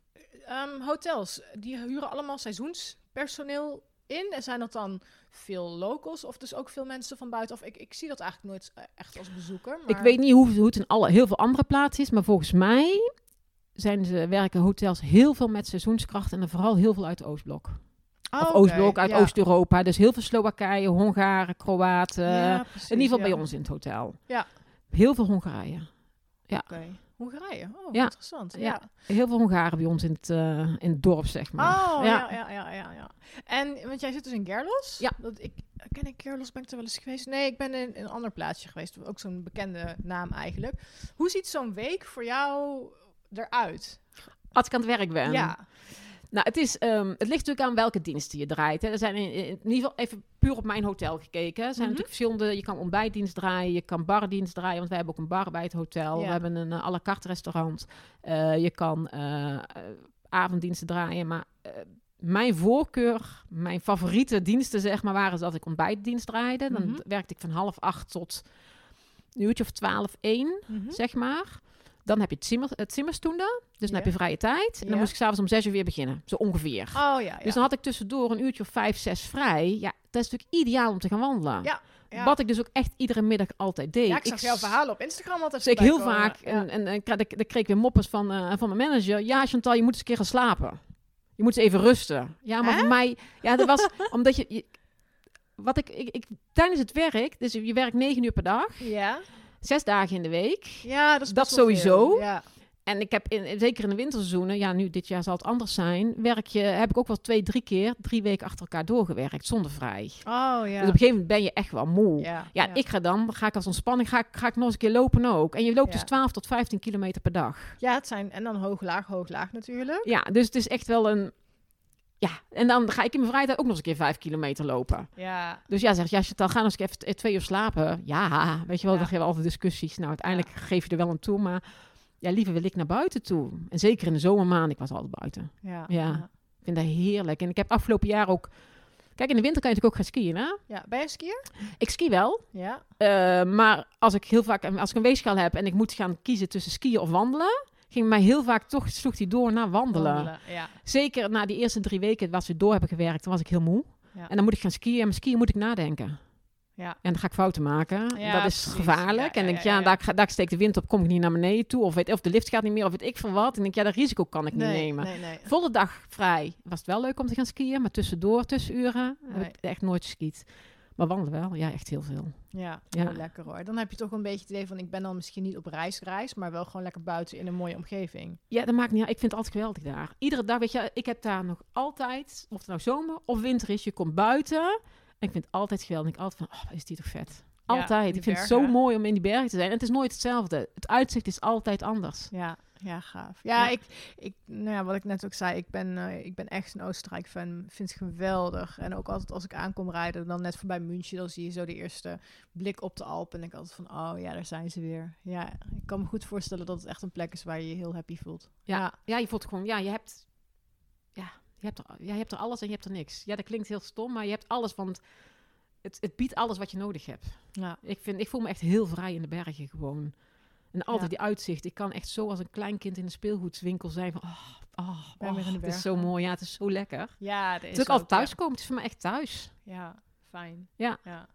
Um, hotels, die huren allemaal seizoenspersoneel in. En zijn dat dan veel locals of dus ook veel mensen van buitenaf? Ik, ik zie dat eigenlijk nooit echt als bezoeker. Maar... Ik weet niet hoe, hoe het in alle, heel veel andere plaatsen is, maar volgens mij zijn ze, werken hotels heel veel met seizoenskrachten en vooral heel veel uit de Oostblok. Oh, of okay. Oostblok, uit ja. Oost-Europa. Dus heel veel Slowakije, Hongaren, Kroaten. Ja, precies, in ieder geval ja. bij ons in het hotel. Ja. Heel veel Hongarije. Ja. Oké. Okay. Hongarije, oh, ja. interessant. Ja. ja, heel veel Hongaren bij ons in het, uh, in het dorp, zeg maar. Oh, ja. Ja, ja, ja, ja, ja. En, want jij zit dus in Gerlos? Ja. Dat, ik, ken ik Gerlos, ben ik er wel eens geweest? Nee, ik ben in, in een ander plaatsje geweest. Ook zo'n bekende naam eigenlijk. Hoe ziet zo'n week voor jou eruit? Als ik aan het werk ben? Ja. Nou, het, is, um, het ligt natuurlijk aan welke diensten je draait. Hè. Er zijn in, in ieder geval even puur op mijn hotel gekeken. Er zijn Mm-hmm. natuurlijk verschillende... Je kan ontbijtdienst draaien, je kan bardienst draaien. Want wij hebben ook een bar bij het hotel. Ja. We hebben een uh, à la carte restaurant. Uh, je kan uh, uh, avonddiensten draaien. Maar uh, mijn voorkeur, mijn favoriete diensten zeg maar, waren dat ik ontbijtdienst draaide. Dan Mm-hmm. werkte ik van half acht tot een uurtje of twaalf, één, Mm-hmm. zeg maar. Dan heb je het, zimmer, het zimmerstoende. Dus dan Ja. heb je vrije tijd. En dan Ja. moest ik s'avonds om zes uur weer beginnen. Zo ongeveer. Oh ja, ja. Dus dan had ik tussendoor een uurtje of vijf, zes vrij. Ja, dat is natuurlijk ideaal om te gaan wandelen. Ja, ja. Wat ik dus ook echt iedere middag altijd deed. Ja, ik zag jouw verhalen op Instagram altijd. Dus ik heel komen. vaak, Ja. en, en, en dan kreeg ik weer moppers van, uh, van mijn manager. Ja, Chantal, je moet eens een keer gaan slapen. Je moet eens even rusten. Ja, maar Hè? voor mij, ja, dat was omdat je, je wat ik, ik, ik, tijdens het werk, dus je werkt negen uur per dag, Ja. zes dagen in de week. Ja, dat is Dat best wel sowieso. veel. Ja. En ik heb, in, zeker in de winterseizoenen, ja, nu dit jaar zal het anders zijn, werk je, heb ik ook wel twee, drie keer, drie weken achter elkaar doorgewerkt, zonder vrij. Oh ja. Dus op een gegeven moment ben je echt wel moe. Ja, Ja, ja. ik ga dan, ga ik als ontspanning, ga ik, ga ik nog eens een keer lopen ook. En je loopt Ja. dus twaalf tot vijftien kilometer per dag. Ja, het zijn... En dan hoog, laag, hoog, laag natuurlijk. Ja, dus het is echt wel een... Ja, en dan ga ik in mijn vrije tijd ook nog eens een keer vijf kilometer lopen. Ja. Dus ja, zeg, ja, dan gaan we eens even t- twee uur slapen. Ja, weet je wel, Ja. dan hebben we altijd discussies. Nou, uiteindelijk geef je er wel aan toe, maar ja, liever wil ik naar buiten toe. En zeker in de zomermaanden, ik was altijd buiten. Ja. Ja. Ja. Ik vind dat heerlijk. En ik heb afgelopen jaar ook... Kijk, in de winter kan je natuurlijk ook gaan skiën, hè? Ja. Ben je skier? Ik ski wel. Ja. Uh, maar als ik heel vaak, als ik een weegschaal heb en ik moet gaan kiezen tussen skiën of wandelen, ging mij heel vaak toch, sloeg die door naar wandelen. Wandelen, ja. Zeker na die eerste drie weken wat we door hebben gewerkt, dan was ik heel moe. Ja. En dan moet ik gaan skiën. En met skiën moet ik nadenken. Ja. En dan ga ik fouten maken. Ja, dat is precies. gevaarlijk. Ja, en ja, denk ik, ja, ja, ja. Daar, ga, daar steekt de wind op, kom ik niet naar beneden toe. Of, weet, of de lift gaat niet meer, of weet ik van wat. En denk ik, ja, dat risico kan ik Nee, niet nemen. nee, nee. Volle dag vrij was het wel leuk om te gaan skiën. Maar tussendoor, tussenuren, Nee. heb ik echt nooit geskiet. Maar wandelen wel, ja, echt heel veel. Ja, Ja. heel lekker hoor. Dan heb je toch een beetje het idee van, ik ben dan misschien niet op reis reis, maar wel gewoon lekker buiten in een mooie omgeving. Ja, dat maakt niet uit. Ik vind het altijd geweldig daar. Iedere dag, weet je, ik heb daar nog altijd, of het nou zomer of winter is, je komt buiten. En ik vind het altijd geweldig. Ik denk altijd van, oh, is die toch vet. Ja, Altijd. die ik vind het bergen. zo mooi om in die bergen te zijn. En het is nooit hetzelfde. Het uitzicht is altijd anders. Ja, ja, gaaf. Ja, Ja. Ik, ik, nou ja, wat ik net ook zei, ik ben, uh, ik ben echt een Oostenrijk-fan. Vind het geweldig. En ook altijd als ik aankom rijden, dan net voorbij München, dan zie je zo de eerste blik op de Alpen. En denk ik altijd van, oh ja, daar zijn ze weer. Ja, ik kan me goed voorstellen dat het echt een plek is waar je je heel happy voelt. Ja, Ja. ja je voelt gewoon, ja, je hebt, ja, je hebt, er, ja, je hebt er alles en je hebt er niks. Ja, dat klinkt heel stom, maar je hebt alles, want het, het biedt alles wat je nodig hebt. Ja. Ik, vind, ik voel me echt heel vrij in de bergen gewoon. En altijd Ja. die uitzicht. Ik kan echt zo als een klein kind in een speelgoedswinkel zijn van, oh, oh, Ben oh, weer in de het is zo bergen. mooi. Ja, het is zo lekker. Ja, dat Het is is ook altijd ja. thuiskomen. Het is voor mij echt thuis. Ja, fijn. Ja. ja.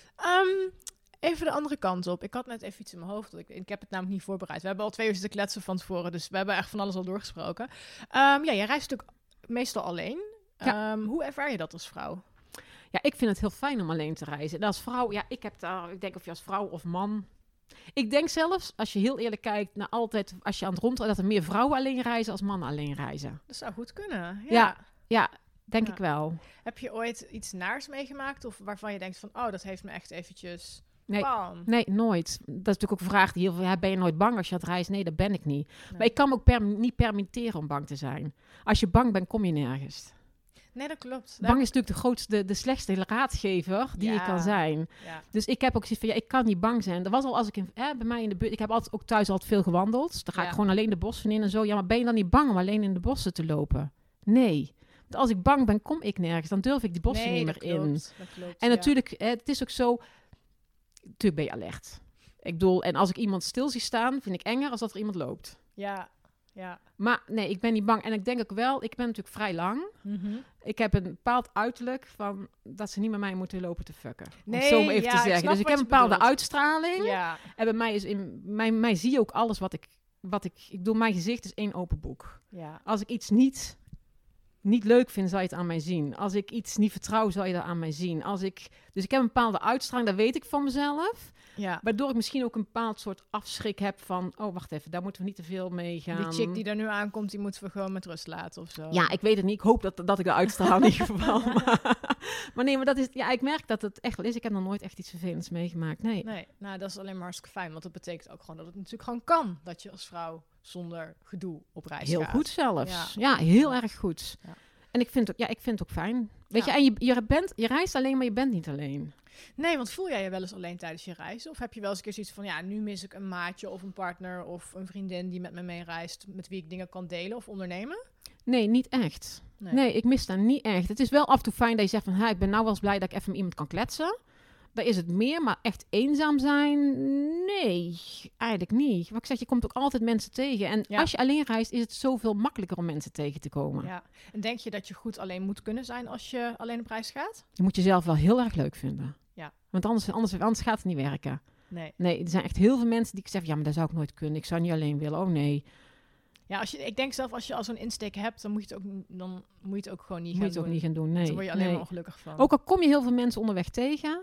Um, even de andere kant op. Ik had net even iets in mijn hoofd. Ik, ik heb het namelijk niet voorbereid. We hebben al twee uur zitten kletsen van tevoren. Dus we hebben echt van alles al doorgesproken. Um, ja, jij reist natuurlijk meestal alleen. Ja. Um, hoe ervaar je dat als vrouw? Ja, ik vind het heel fijn om alleen te reizen. En als vrouw, ja, ik heb daar, ik denk of je als vrouw of man. Ik denk zelfs, als je heel eerlijk kijkt naar altijd, als je aan het rondrijden, dat er meer vrouwen alleen reizen als mannen alleen reizen. Dat zou goed kunnen. Ja. Ja. Ja, denk Ja. ik wel. Heb je ooit iets naars meegemaakt? Of waarvan je denkt van, oh, dat heeft me echt eventjes... Nee. Bam. Nee, nooit. Dat is natuurlijk ook een vraag die heel veel... Ja, ben je nooit bang als je aan het reizen? Nee, dat ben ik niet. Nee. Maar ik kan me ook per, niet permitteren om bang te zijn. Als je bang bent, kom je nergens. Nee, dat klopt. Bang is natuurlijk de grootste, de slechtste raadgever die Ja. je kan zijn. Ja. Dus ik heb ook zoiets van, ja, ik kan niet bang zijn. Dat was al als ik in, hè, bij mij in de buurt... Ik heb altijd ook thuis altijd veel gewandeld. Dus dan ga Ja. ik gewoon alleen de bossen in en zo. Ja, maar ben je dan niet bang om alleen in de bossen te lopen? Nee. Als ik bang ben, kom ik nergens. Dan durf ik die bossen nee, niet meer dat klopt, in. dat klopt, En ja. natuurlijk, het is ook zo... Natuurlijk ben je alert. Ik bedoel, en als ik iemand stil zie staan, vind ik enger als dat er iemand loopt. Ja, ja. Maar nee, ik ben niet bang. En ik denk ook wel, ik ben natuurlijk vrij lang. Mm-hmm. Ik heb een bepaald uiterlijk van dat ze niet met mij moeten lopen te fucken. Om Nee, het zo maar even ja, te ik zeggen. snap Dus ik wat heb een je bepaalde bedoelt. uitstraling. Ja, En bij mij is in mij, mij zie je ook alles wat ik, wat ik... Ik bedoel, mijn gezicht is één open boek. ja. Als ik iets niet, niet leuk vind, zal je het aan mij zien. Als ik iets niet vertrouw, zal je dat aan mij zien. Als ik, dus ik heb een bepaalde uitstraling, dat weet ik van mezelf. Ja. Waardoor ik misschien ook een bepaald soort afschrik heb van... Oh, wacht even, daar moeten we niet te veel mee gaan. Die chick die er nu aankomt, die moeten we gewoon met rust laten of zo. Ja, ik weet het niet. Ik hoop dat, dat ik de uitstraal in ieder geval. Maar, maar nee, maar dat is... Ja, ik merk dat het echt wel is. Ik heb nog nooit echt iets vervelends meegemaakt. Nee. Nee, nou dat is alleen maar hartstikke fijn. Want dat betekent ook gewoon dat het natuurlijk gewoon kan. Dat je als vrouw zonder gedoe op reis Heel gaat. goed zelfs. Ja, Ja. heel erg goed. Ja. En ik vind, ook, ja, ik vind het ook fijn. Weet Ja. je, en je, je, bent, je reist alleen, maar je bent niet alleen. Nee, want voel jij je wel eens alleen tijdens je reis? Of heb je wel eens een keer zoiets van... Ja, nu mis ik een maatje of een partner of een vriendin die met me meereist... met wie ik dingen kan delen of ondernemen? Nee, niet echt. Nee. Nee, ik mis daar niet echt. Het is wel af en toe fijn dat je zegt van... Ha, ik ben nou wel eens blij dat ik even met iemand kan kletsen. Daar is het meer, maar echt eenzaam zijn? Nee, eigenlijk niet. Wat ik zeg, je komt ook altijd mensen tegen. En Ja. als je alleen reist, is het zoveel makkelijker om mensen tegen te komen. Ja. En denk je dat je goed alleen moet kunnen zijn als je alleen op reis gaat? Je moet jezelf wel heel erg leuk vinden. Ja. Want anders, anders, anders gaat het niet werken. Nee. Nee, er zijn echt heel veel mensen die zeggen... Ja, maar dat zou ik nooit kunnen. Ik zou niet alleen willen. Oh nee, Ja, als je, ik denk zelf als je al zo'n insteek hebt... dan moet je het ook, dan moet je het ook gewoon niet moet je gaan het ook doen. niet gaan doen. Nee, Dan word je alleen nee. maar ongelukkig van. Ook al kom je heel veel mensen onderweg tegen.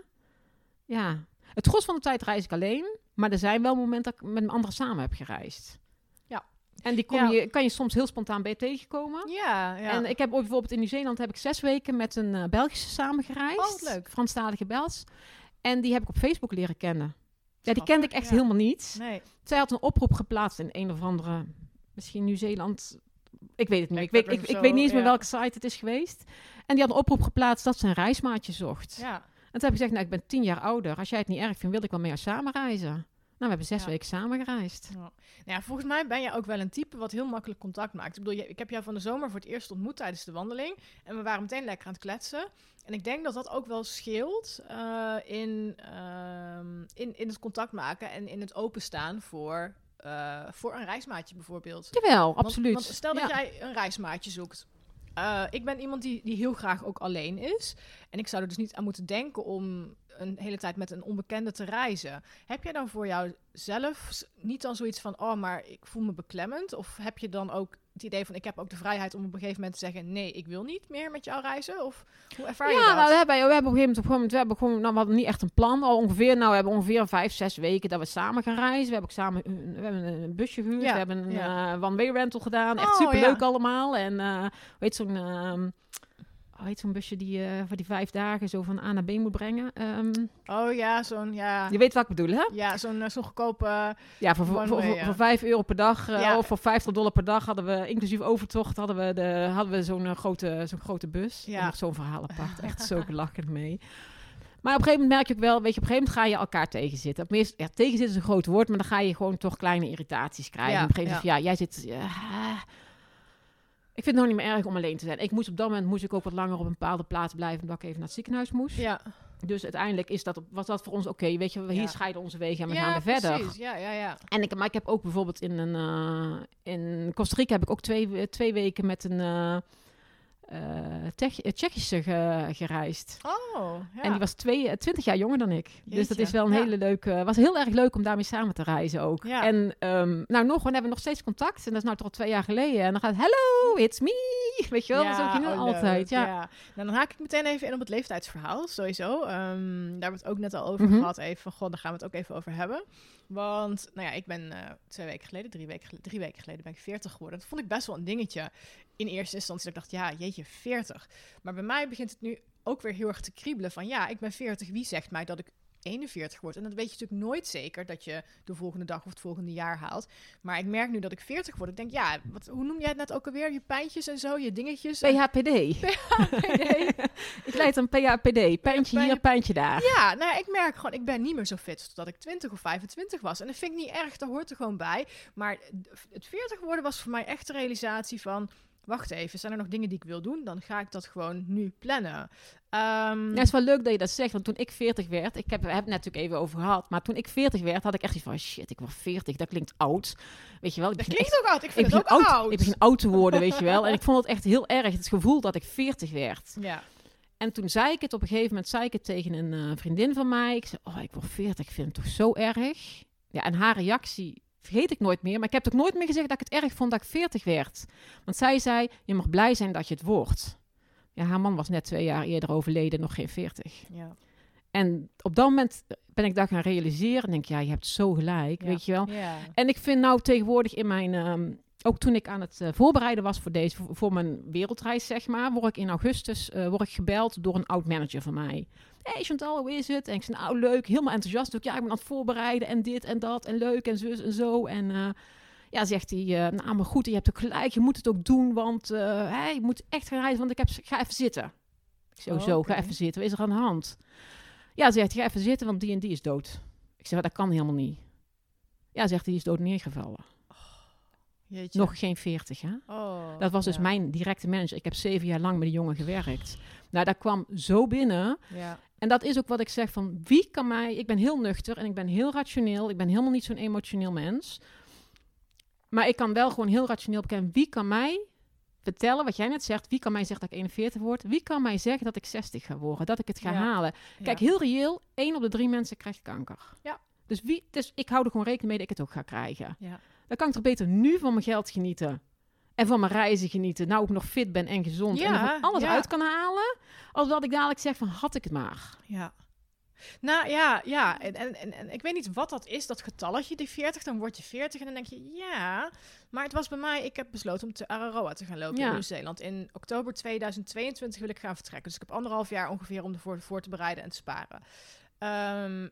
Ja, het gros van de tijd reis ik alleen. Maar er zijn wel momenten dat ik met een andere samen heb gereisd. Ja. En die kom Ja. je, kan je soms heel spontaan bij tegenkomen. Ja, ja. En ik heb ooit bijvoorbeeld in Nieuw-Zeeland heb ik zes weken met een uh, Belgische samen gereisd. Oh, wat leuk. Franstalige Bels. En die heb ik op Facebook leren kennen. Ja, die Grappig, kende ik echt ja. helemaal niet. Nee. Zij had een oproep geplaatst in een of andere, misschien Nieuw-Zeeland. Ik weet het niet. Ik weet, Backpacker ik, of ik zo, weet niet eens meer ja. welke site het is geweest. En die had een oproep geplaatst dat ze een reismaatje zocht. Ja. En toen heb ik gezegd, nou, ik ben tien jaar ouder. Als jij het niet erg vindt, wil ik wel mee samen reizen. Nou, we hebben zes Ja. weken samen gereisd. Ja. Nou ja, volgens mij ben je ook wel een type wat heel makkelijk contact maakt. Ik bedoel, je- ik heb jou van de zomer voor het eerst ontmoet tijdens de wandeling. En we waren meteen lekker aan het kletsen. En ik denk dat dat ook wel scheelt uh, in, ehm, in, in het contact maken en in het openstaan voor, uh, voor een reismaatje bijvoorbeeld. Jawel, Want- absoluut. Want, stel dat Ja. jij een reismaatje zoekt. Uh, ik ben iemand die, die heel graag ook alleen is. En ik zou er dus niet aan moeten denken om een hele tijd met een onbekende te reizen. Heb jij dan voor jouzelf s- niet dan zoiets van... oh, maar ik voel me beklemmend? Of heb je dan ook het idee van... ik heb ook de vrijheid om op een gegeven moment te zeggen... nee, ik wil niet meer met jou reizen? Of hoe ervaar je Ja, dat? nou, we hebben, we hebben op een gegeven moment, op een gegeven moment we hebben gewoon, nou, we hadden niet echt een plan. Al ongeveer, nou, we hebben ongeveer vijf, zes weken dat we samen gaan reizen. We hebben ook samen een, we hebben een busje gehuurd. Ja, We hebben een ja. eh, one-way rental gedaan. Echt Oh, superleuk ja. allemaal. En eh hoe heet zo'n... ehm, hoe heet zo'n busje die eh, voor die vijf dagen zo van A naar B moet brengen? Ehm, Oh ja, zo'n... Ja, je weet wat ik bedoel, hè? ja zo'n eh, zo'n goedkope... uh, Ja, voor, voor, One voor, way, voor, ja. voor vijf euro per dag eh, Ja. of voor vijftig dollar per dag hadden we, inclusief overtocht, hadden we, de, hadden we zo'n eh, grote, zo'n grote bus. Ja. En nog zo'n verhaal apart. Echt zo lachend mee. Maar op een gegeven moment merk je ook wel, weet je, op een gegeven moment ga je elkaar tegenzitten. Op meest, ja, tegenzitten is een groot woord, maar dan ga je gewoon toch kleine irritaties krijgen. Ja, En op een gegeven moment ja. van, ja, jij zit... ja, ik vind het nog niet meer erg om alleen te zijn. Ik moest op dat moment moest ik ook wat langer op een bepaalde plaats blijven, omdat ik even naar het ziekenhuis moest. Ja, Dus uiteindelijk is dat, op- was dat voor ons oké. Weet je, we hier Ja. scheiden onze wegen en we ja, gaan weer verder. precies. Ja, ja, ja. En ik, maar ik heb ook bijvoorbeeld in, een, eh, in Costa Rica heb ik ook twee, twee weken met een eh eh, Tsjech- eh, Tsjechische ge- gereisd. Oh, ja. En die was twee, eh, twintig jaar jonger dan ik. Dus dat Jeetje, is wel een ja. hele leuke... was heel erg leuk om daarmee samen te reizen ook. Ja. En ehm, nou nog, we hebben nog steeds contact. En dat is nou toch al twee jaar geleden. En dan gaat hello, it's me. Weet je wel, dat is ook je nu oh, altijd. leuk, Ja. Nou, dan haak ik meteen even in op het leeftijdsverhaal, sowieso. Ehm, daar hebben we het ook net al over Mhm. gehad. Even van, god, daar gaan we het ook even over hebben. Want, nou ja, ik ben eh, twee weken geleden, drie weken, gel- drie weken geleden ben ik veertig geworden. Dat vond ik best wel een dingetje. In eerste instantie dat ik dacht, ja, jeetje, veertig. Maar bij mij begint het nu ook weer heel erg te kriebelen van, ja, ik ben veertig. Wie zegt mij dat ik eenenveertig word? En dat weet je natuurlijk nooit zeker dat je de volgende dag of het volgende jaar haalt. Maar ik merk nu dat ik veertig word. Ik denk, ja, wat, hoe noem jij het net ook alweer? Je pijntjes en zo, je dingetjes. P H P D. Ik leid een P H P D. Pijntje hier, Pijn- pijntje daar. Ja, nou ja, ik merk gewoon, ik ben niet meer zo fit totdat ik twintig of vijfentwintig was. En dat vind ik niet erg, dat hoort er gewoon bij. Maar het veertig worden was voor mij echt de realisatie van, wacht even, zijn er nog dingen die ik wil doen? Dan ga ik dat gewoon nu plannen. Um, ja, het is wel leuk dat je dat zegt, want toen ik veertig werd, ik heb, we hebben het natuurlijk even over gehad, maar toen ik veertig werd, had ik echt iets van, shit, ik word veertig, dat klinkt oud. Weet je wel? Ik dat begin klinkt echt, ook oud, ik vind ik het ook oud, oud. Ik begin oud te worden, weet je wel. En ik vond het echt heel erg, het gevoel dat ik veertig werd. Ja. En toen zei ik het op een gegeven moment, zei ik het tegen een uh, vriendin van mij. Ik zei, oh, ik word veertig, ik vind het toch zo erg. Ja, en haar reactie vergeet ik nooit meer. Maar ik heb ook nooit meer gezegd dat ik het erg vond dat ik veertig werd. Want zij zei, je mag blij zijn dat je het wordt. Ja, haar man was net twee jaar eerder overleden, nog geen veertig. Ja. En op dat moment ben ik dat gaan realiseren. En denk, ja, je hebt zo gelijk, Ja. weet je wel. Ja. En ik vind nou tegenwoordig in mijn... Um, ook toen ik aan het uh, voorbereiden was voor deze, voor, voor mijn wereldreis, zeg maar, word ik in augustus uh, word ik gebeld door een oud-manager van mij. Hey Chantal, hoe is het? En ik zei, nou leuk, helemaal enthousiast. Ook, ja, ik ben aan het voorbereiden en dit en dat en leuk en zus en zo. En uh, ja, zegt hij, uh, nou maar goed, je hebt ook gelijk, je moet het ook doen, want uh, hey, je moet echt gaan reizen, want ik heb, ga even zitten. Ik zei, oh, zo, okay. Ga even zitten, wat is er aan de hand? Ja, zegt hij, ga even zitten, want die en die is dood. Ik zeg, dat kan helemaal niet. Ja, zegt hij, die is dood neergevallen. Jeetje. Nog geen veertig, hè? Oh, dat was ja. dus mijn directe manager. Ik heb zeven jaar lang met die jongen gewerkt. Nou, dat kwam zo binnen. Ja. En dat is ook wat ik zeg van, wie kan mij... Ik ben heel nuchter en ik ben heel rationeel. Ik ben helemaal niet zo'n emotioneel mens. Maar ik kan wel gewoon heel rationeel bekennen. Wie kan mij vertellen, wat jij net zegt, wie kan mij zeggen dat ik eenenveertig word? Wie kan mij zeggen dat ik zestig ga worden? Dat ik het ga Ja. halen? Kijk, Ja. heel reëel, één op de drie mensen krijgt kanker. Ja. Dus, wie, dus ik hou er gewoon rekening mee dat ik het ook ga krijgen. Ja. Dan kan ik toch beter nu van mijn geld genieten. En van mijn reizen genieten. Nou ik nog fit ben en gezond. Ja, en er van alles ja. uit kan halen. Als dat ik dadelijk zeg van, had ik het maar. Ja. Nou ja, ja. En, en, en, en ik weet niet wat dat is, dat getalletje, die veertig. Dan word je veertig en dan denk je, ja. Maar het was bij mij, ik heb besloten om te Araroa te gaan lopen Ja. in Nieuw-Zeeland. In oktober tweeduizend tweeëntwintig wil ik gaan vertrekken. Dus ik heb anderhalf jaar ongeveer om ervoor voor te bereiden en te sparen. Um,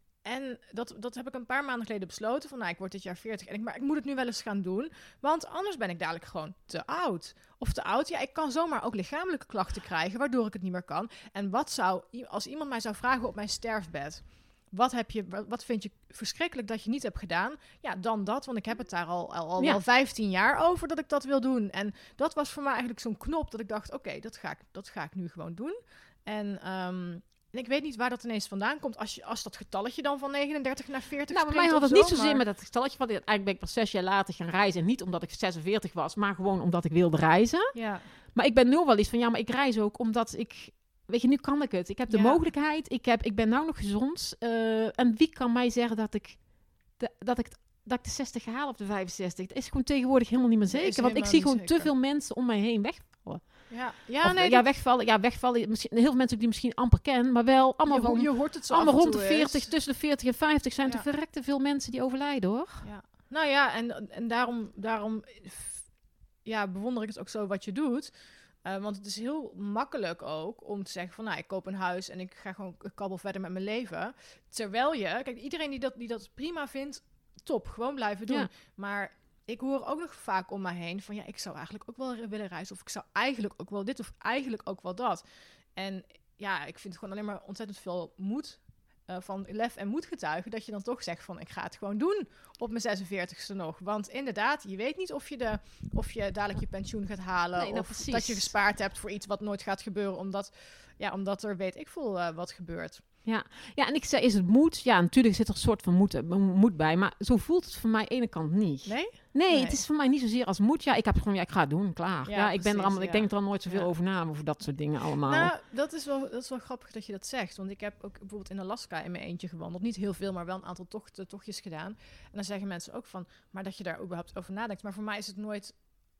En dat, dat heb ik een paar maanden geleden besloten. Van, nou, ik word dit jaar veertig. En ik, maar ik moet het nu wel eens gaan doen. Want anders ben ik dadelijk gewoon te oud. Of te oud. Ja, ik kan zomaar ook lichamelijke klachten krijgen, waardoor ik het niet meer kan. En wat zou, als iemand mij zou vragen op mijn sterfbed, wat, heb je, wat vind je verschrikkelijk dat je niet hebt gedaan? Ja, dan dat. Want ik heb het daar al, al, al Ja. wel vijftien jaar over dat ik dat wil doen. En dat was voor mij eigenlijk zo'n knop dat ik dacht, oké, okay, dat ga ik, dat ga ik nu gewoon doen. En... Um, En ik weet niet waar dat ineens vandaan komt. Als, je, als dat getalletje dan van negenendertig naar veertig Nou, bij mij springt had of het zo, niet zozeer maar... met dat getalletje. Want eigenlijk ben ik pas zes jaar later gaan reizen. En niet omdat ik zesenveertig was, maar gewoon omdat ik wilde reizen. Ja. Maar ik ben nu wel iets van, ja, maar ik reis ook omdat ik... Weet je, nu kan ik het. Ik heb de Ja. mogelijkheid. Ik, heb, ik ben nou nog gezond. Uh, en wie kan mij zeggen dat ik, de, dat ik, dat ik de zestig haal of de vijfenzestig? Dat is gewoon tegenwoordig helemaal niet meer Dat zeker. is Want ik helemaal zie gewoon niet te zeker. veel mensen om mij heen wegvallen. Ja, ja, Of, nee, ja, dat- wegvallen. Ja, wegvallen. Misschien, heel veel mensen die misschien amper ken, maar wel allemaal, je, ho- van, je hoort het zo allemaal af en rond de toe eens. veertig, tussen de veertig en vijftig zijn Ja. er verrekte veel mensen die overlijden, hoor. Ja. Nou ja, en, en daarom, daarom f- ja, bewonder ik het ook zo wat je doet. Uh, want het is heel makkelijk ook om te zeggen van, nou, ik koop een huis en ik ga gewoon ik kabbel verder met mijn leven. Terwijl je, kijk, iedereen die dat, die dat prima vindt, top, gewoon blijven doen. Ja. Maar ik hoor ook nog vaak om me heen van, ja, ik zou eigenlijk ook wel willen reizen. Of ik zou eigenlijk ook wel dit of eigenlijk ook wel dat. En ja, ik vind het gewoon alleen maar ontzettend veel moed. Uh, van lef en moed getuigen, dat je dan toch zegt van, ik ga het gewoon doen op mijn zesenveertigste nog. Want inderdaad, je weet niet of je, de, of je dadelijk je pensioen gaat halen. Nee, nou, of precies. dat je gespaard hebt voor iets wat nooit gaat gebeuren. Omdat, ja, omdat er, weet ik veel, uh, wat gebeurt. Ja. ja, en ik zei, is het moed? Ja, natuurlijk zit er een soort van moed, moed bij. Maar zo voelt het voor mij aan de ene kant niet. Nee? Nee, Nee. het is voor mij niet zozeer als moed. Ja, ik heb gewoon, ja, ik ga het doen, klaar. Ja, Ja, ik ben precies, er allemaal, ik ja. denk er al nooit zoveel Ja. over na, over dat soort dingen allemaal. Nou, dat is, wel, dat is wel grappig dat je dat zegt. Want ik heb ook bijvoorbeeld in Alaska in mijn eentje gewandeld. Niet heel veel, maar wel een aantal tocht, tochtjes gedaan. En dan zeggen mensen ook van, maar dat je daar überhaupt over nadenkt. Maar voor mij is het nooit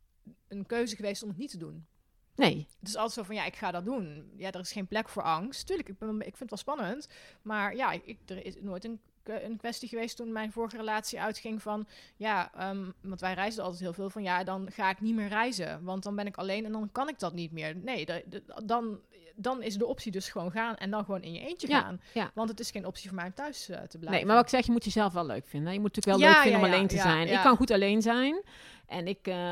een keuze geweest om het niet te doen. Nee. Het is altijd zo van, ja, ik ga dat doen. Ja, er is geen plek voor angst. Tuurlijk, ik, ben, ik vind het wel spannend. Maar ja, ik, er is nooit een, een kwestie geweest toen mijn vorige relatie uitging van... Ja, um, want wij reisden altijd heel veel van... Ja, dan ga ik niet meer reizen. Want dan ben ik alleen en dan kan ik dat niet meer. Nee, de, de, dan, dan is de optie dus gewoon gaan en dan gewoon in je eentje Ja, gaan. ja. Want het is geen optie voor mij om thuis uh, te blijven. Nee, maar wat ik zeg, je moet jezelf wel leuk vinden. Je moet natuurlijk wel Ja, leuk vinden ja, om ja, alleen te ja, zijn. ja. Ik kan goed alleen zijn. En ik, uh,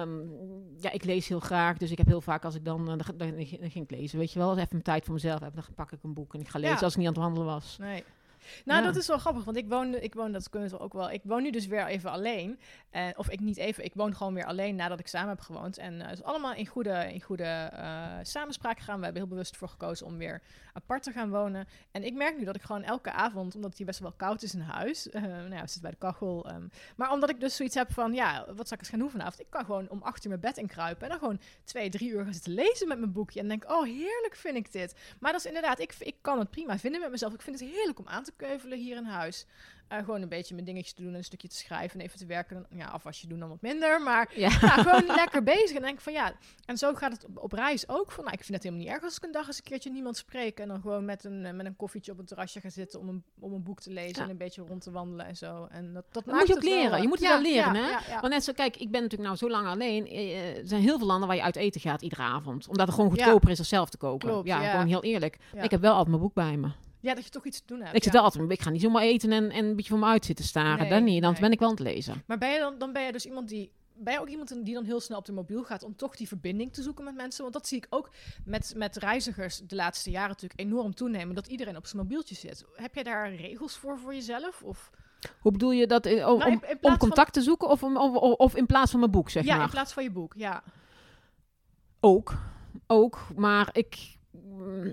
ja, ik lees heel graag. Dus ik heb heel vaak, als ik dan, uh, dan, dan, dan ging ik lezen. Weet je wel, als even mijn tijd voor mezelf heb, dan pak ik een boek en ik ga lezen Ja. als ik niet aan het wandelen was. Nee. Nou, Ja. dat is wel grappig, want ik woon, ik woon, dat kunnen we ook wel. Ik woon nu dus weer even alleen. Uh, of ik niet even, ik woon gewoon weer alleen nadat ik samen heb gewoond. En uh, het is allemaal in goede, in goede uh, samenspraak gegaan. We hebben heel bewust voor gekozen om weer apart te gaan wonen. En ik merk nu dat ik gewoon elke avond, omdat het hier best wel koud is in huis. Uh, nou ja, we zitten bij de kachel. Um, maar omdat ik dus zoiets heb van, ja, wat zal ik eens gaan doen vanavond? Ik kan gewoon om acht uur mijn bed inkruipen en dan gewoon twee, drie uur gaan zitten lezen met mijn boekje. En denk, oh, heerlijk vind ik dit. Maar dat is inderdaad, ik, ik kan het prima vinden met mezelf. Ik vind het heerlijk om aan te keuvelen hier in huis. Uh, gewoon een beetje mijn dingetjes te doen, een stukje te schrijven en even te werken. Ja, afwasje doen dan wat minder, maar Ja. ja, gewoon lekker bezig. En denk ik van ja, en zo gaat het op, op reis ook. Van, nou, ik vind het helemaal niet erg als ik een dag eens een keertje niemand spreek en dan gewoon met een, met een koffietje op een terrasje gaan zitten om een, om een boek te lezen ja. en een beetje rond te wandelen en zo. En dat, dat, dat moet je ook leren. Wel. Je moet het ja, wel leren, ja, hè? Ja, ja. Want net zo, kijk, ik ben natuurlijk nou zo lang alleen. Er zijn heel veel landen waar je uit eten gaat iedere avond. Omdat het gewoon goedkoper ja. is dan zelf te koken. Klopt, ja, ja, gewoon heel eerlijk. Ja. Ik heb wel altijd mijn boek bij me. Ja, dat je toch iets te doen hebt. Ik zit ja. wel altijd, ik ga niet zomaar eten en, en een beetje voor me uit zitten staren. Nee, dan niet, dan nee. ben ik wel aan het lezen. Maar ben je dan, dan ben je dus iemand die... Ben je ook iemand die dan heel snel op de mobiel gaat om toch die verbinding te zoeken met mensen? Want dat zie ik ook met, met reizigers de laatste jaren natuurlijk enorm toenemen. Dat iedereen op zijn mobieltje zit. Heb jij daar regels voor voor jezelf? Of... Hoe bedoel je dat? Om, nou, in, in om contact van... te zoeken of, of, of, of in plaats van mijn boek, zeg ja, maar? Ja, in plaats van je boek, ja. Ook. Ook. Maar ik... Mm,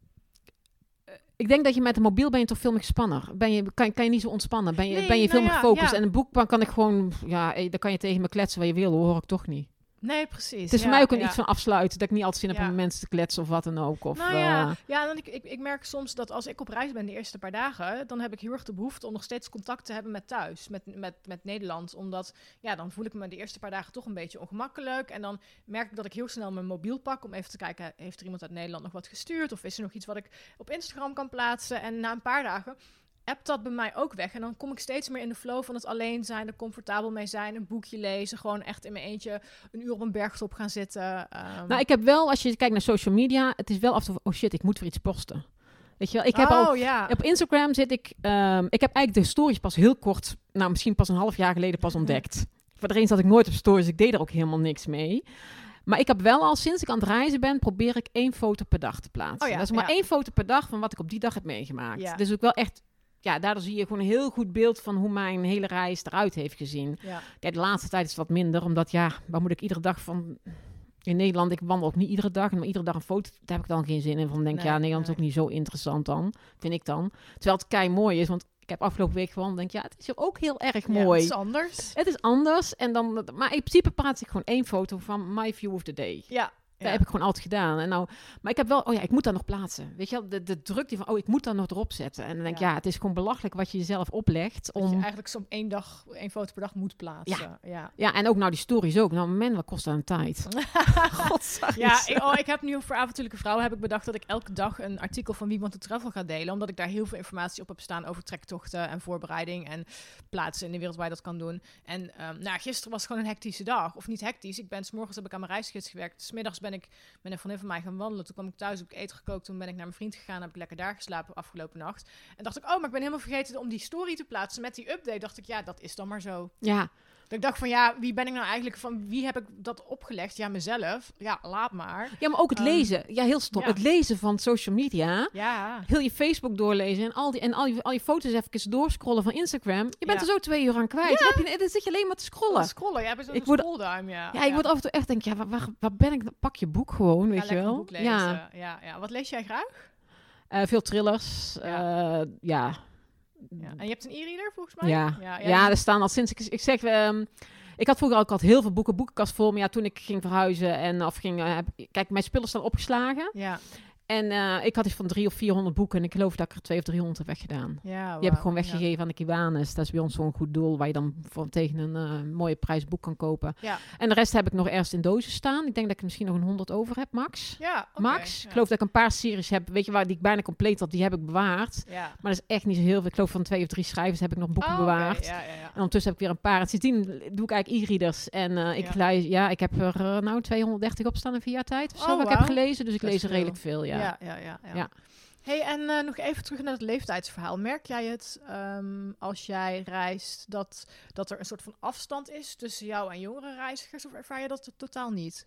Ik denk dat je met een mobiel ben je toch veel meer gespannen. Ben je, kan, kan je niet zo ontspannen. Ben je, nee, ben je veel nou meer gefocust. Ja, ja. En een boek kan ik gewoon... Ja, dan kan je tegen me kletsen wat je wil. Hoor ik toch niet. Nee, precies. Het is ja, voor mij ook een ja. iets van afsluiten. Dat ik niet altijd zin heb ja. om met mensen te kletsen of wat dan ook. Of, nou ja, uh... ja dan ik, ik, ik merk soms dat als ik op reis ben de eerste paar dagen... dan heb ik heel erg de behoefte om nog steeds contact te hebben met thuis. Met, met, met Nederland. Omdat, ja, dan voel ik me de eerste paar dagen toch een beetje ongemakkelijk. En dan merk ik dat ik heel snel mijn mobiel pak... om even te kijken, heeft er iemand uit Nederland nog wat gestuurd? Of is er nog iets wat ik op Instagram kan plaatsen? En na een paar dagen... appt dat bij mij ook weg. En dan kom ik steeds meer in de flow van het alleen zijn, er comfortabel mee zijn, een boekje lezen, gewoon echt in mijn eentje een uur op een bergtop gaan zitten. Um... Nou, ik heb wel, als je kijkt naar social media, het is wel af en toe, oh shit, ik moet weer iets posten. Weet je wel, ik heb oh, al, ja. op Instagram zit ik, um, ik heb eigenlijk de stories pas heel kort, nou misschien pas een half jaar geleden pas ontdekt. Voor de rest zat ik nooit op stories, ik deed er ook helemaal niks mee. Maar ik heb wel al, sinds ik aan het reizen ben, probeer ik één foto per dag te plaatsen. Oh ja, dat is maar ja. één foto per dag van wat ik op die dag heb meegemaakt. Ja. Dus ook wel echt... Ja, daardoor zie je gewoon een heel goed beeld van hoe mijn hele reis eruit heeft gezien. Ja. Kijk, de laatste tijd is het wat minder, omdat ja, waar moet ik iedere dag van... In Nederland, ik wandel ook niet iedere dag, maar iedere dag een foto, daar heb ik dan geen zin in. Van denk, nee, ja, Nederland nee. is ook niet zo interessant dan, vind ik dan. Terwijl het kei mooi is, want ik heb afgelopen week gewandeld, denk ja, het is ook heel erg mooi. Ja, het is anders. Het is anders, en dan, maar in principe plaats ik gewoon één foto van my view of the day. Ja. Dat ja. heb ik gewoon altijd gedaan. En nou, maar ik heb wel, oh ja, ik moet dat nog plaatsen. Weet je wel, de, de druk die van, oh, ik moet dat nog erop zetten. En dan denk ik, ja. ja, het is gewoon belachelijk wat je jezelf oplegt. Dat om je eigenlijk zo'n één dag, één foto per dag moet plaatsen. Ja, ja. ja en ook nou die stories ook. Nou, man, wat kost dat een tijd? Godzijdank. Ja, ik, oh, ik heb nu voor Avontuurlijke Vrouwen heb ik bedacht dat ik elke dag een artikel van Wie Want to Travel ga delen. Omdat ik daar heel veel informatie op heb staan over trektochten en voorbereiding en plaatsen in de wereld waar je dat kan doen. En um, nou, gisteren was gewoon een hectische dag. Of niet hectisch. Ik ben 's morgens heb ik aan mijn reisgids gewerkt. 's middags ben ik met een vriendin van mij gaan wandelen. Toen kwam ik thuis, heb ik eten gekookt. Toen ben ik naar mijn vriend gegaan, heb ik lekker daar geslapen afgelopen nacht. En dacht ik, oh, maar ik ben helemaal vergeten om die story te plaatsen met die update. Dacht ik, ja, dat is dan maar zo. Ja. Dat ik dacht van, ja, wie ben ik nou eigenlijk? Van wie heb ik dat opgelegd? Ja, mezelf. Ja, laat maar. Ja, maar ook het um, lezen. Ja, heel stom. Ja. Het lezen van social media. Ja. Heel je Facebook doorlezen en al die en al je, al je foto's even doorscrollen van Instagram. Je bent ja. er zo twee uur aan kwijt. Ja. Dan, heb je, dan zit je alleen maar te scrollen. Scrollen, ja, zo'n ik word, scrollduim, ja. Ja, ik ja. word af en toe echt denk, ja, waar, waar, waar ben ik? Pak je boek gewoon, weet ja, je wel. Boek lezen. Ja. Ja, ja. Wat lees jij graag? Uh, veel thrillers. Ja. Uh, ja. Ja. En je hebt een e-reader volgens mij? Ja, ja, ja, ja er staan al sinds ik, ik zeg, um, ik had vroeger ook al heel veel boeken, boekenkast vol, maar ja, toen ik ging verhuizen en of ging, uh, heb, kijk, mijn spullen staan opgeslagen. Ja. En uh, ik had iets van drie of vierhonderd boeken en ik geloof dat ik er twee of driehonderd heb weggedaan. Ja, wow. Die heb ik gewoon weggegeven ja. aan de Kiwanis. Dat is bij ons zo'n goed doel waar je dan voor, tegen een uh, mooie prijs boek kan kopen. Ja. En de rest heb ik nog ergens in dozen staan. Ik denk dat ik er misschien nog een honderd over heb, max. Ja, okay. Max. Ja. Ik geloof dat ik een paar series heb, weet je waar, die ik bijna compleet had, die heb ik bewaard. Ja. Maar dat is echt niet zo heel veel. Ik geloof van twee of drie schrijvers heb ik nog boeken oh, bewaard. Okay. Ja, ja, ja. En ondertussen heb ik weer een paar. En sindsdien doe ik eigenlijk e-readers. En uh, ik, ja. Lees, ja, ik heb er uh, nou tweehonderddertig op staan in vier jaar tijd of zo. Oh, wat wow. ik heb gelezen. Dus ik dat lees er redelijk veel, ja. Ja, ja, ja. ja. ja. Hey, en uh, nog even terug naar het leeftijdsverhaal. Merk jij het um, als jij reist dat, dat er een soort van afstand is tussen jou en jongere reizigers? Of ervaar je dat totaal niet?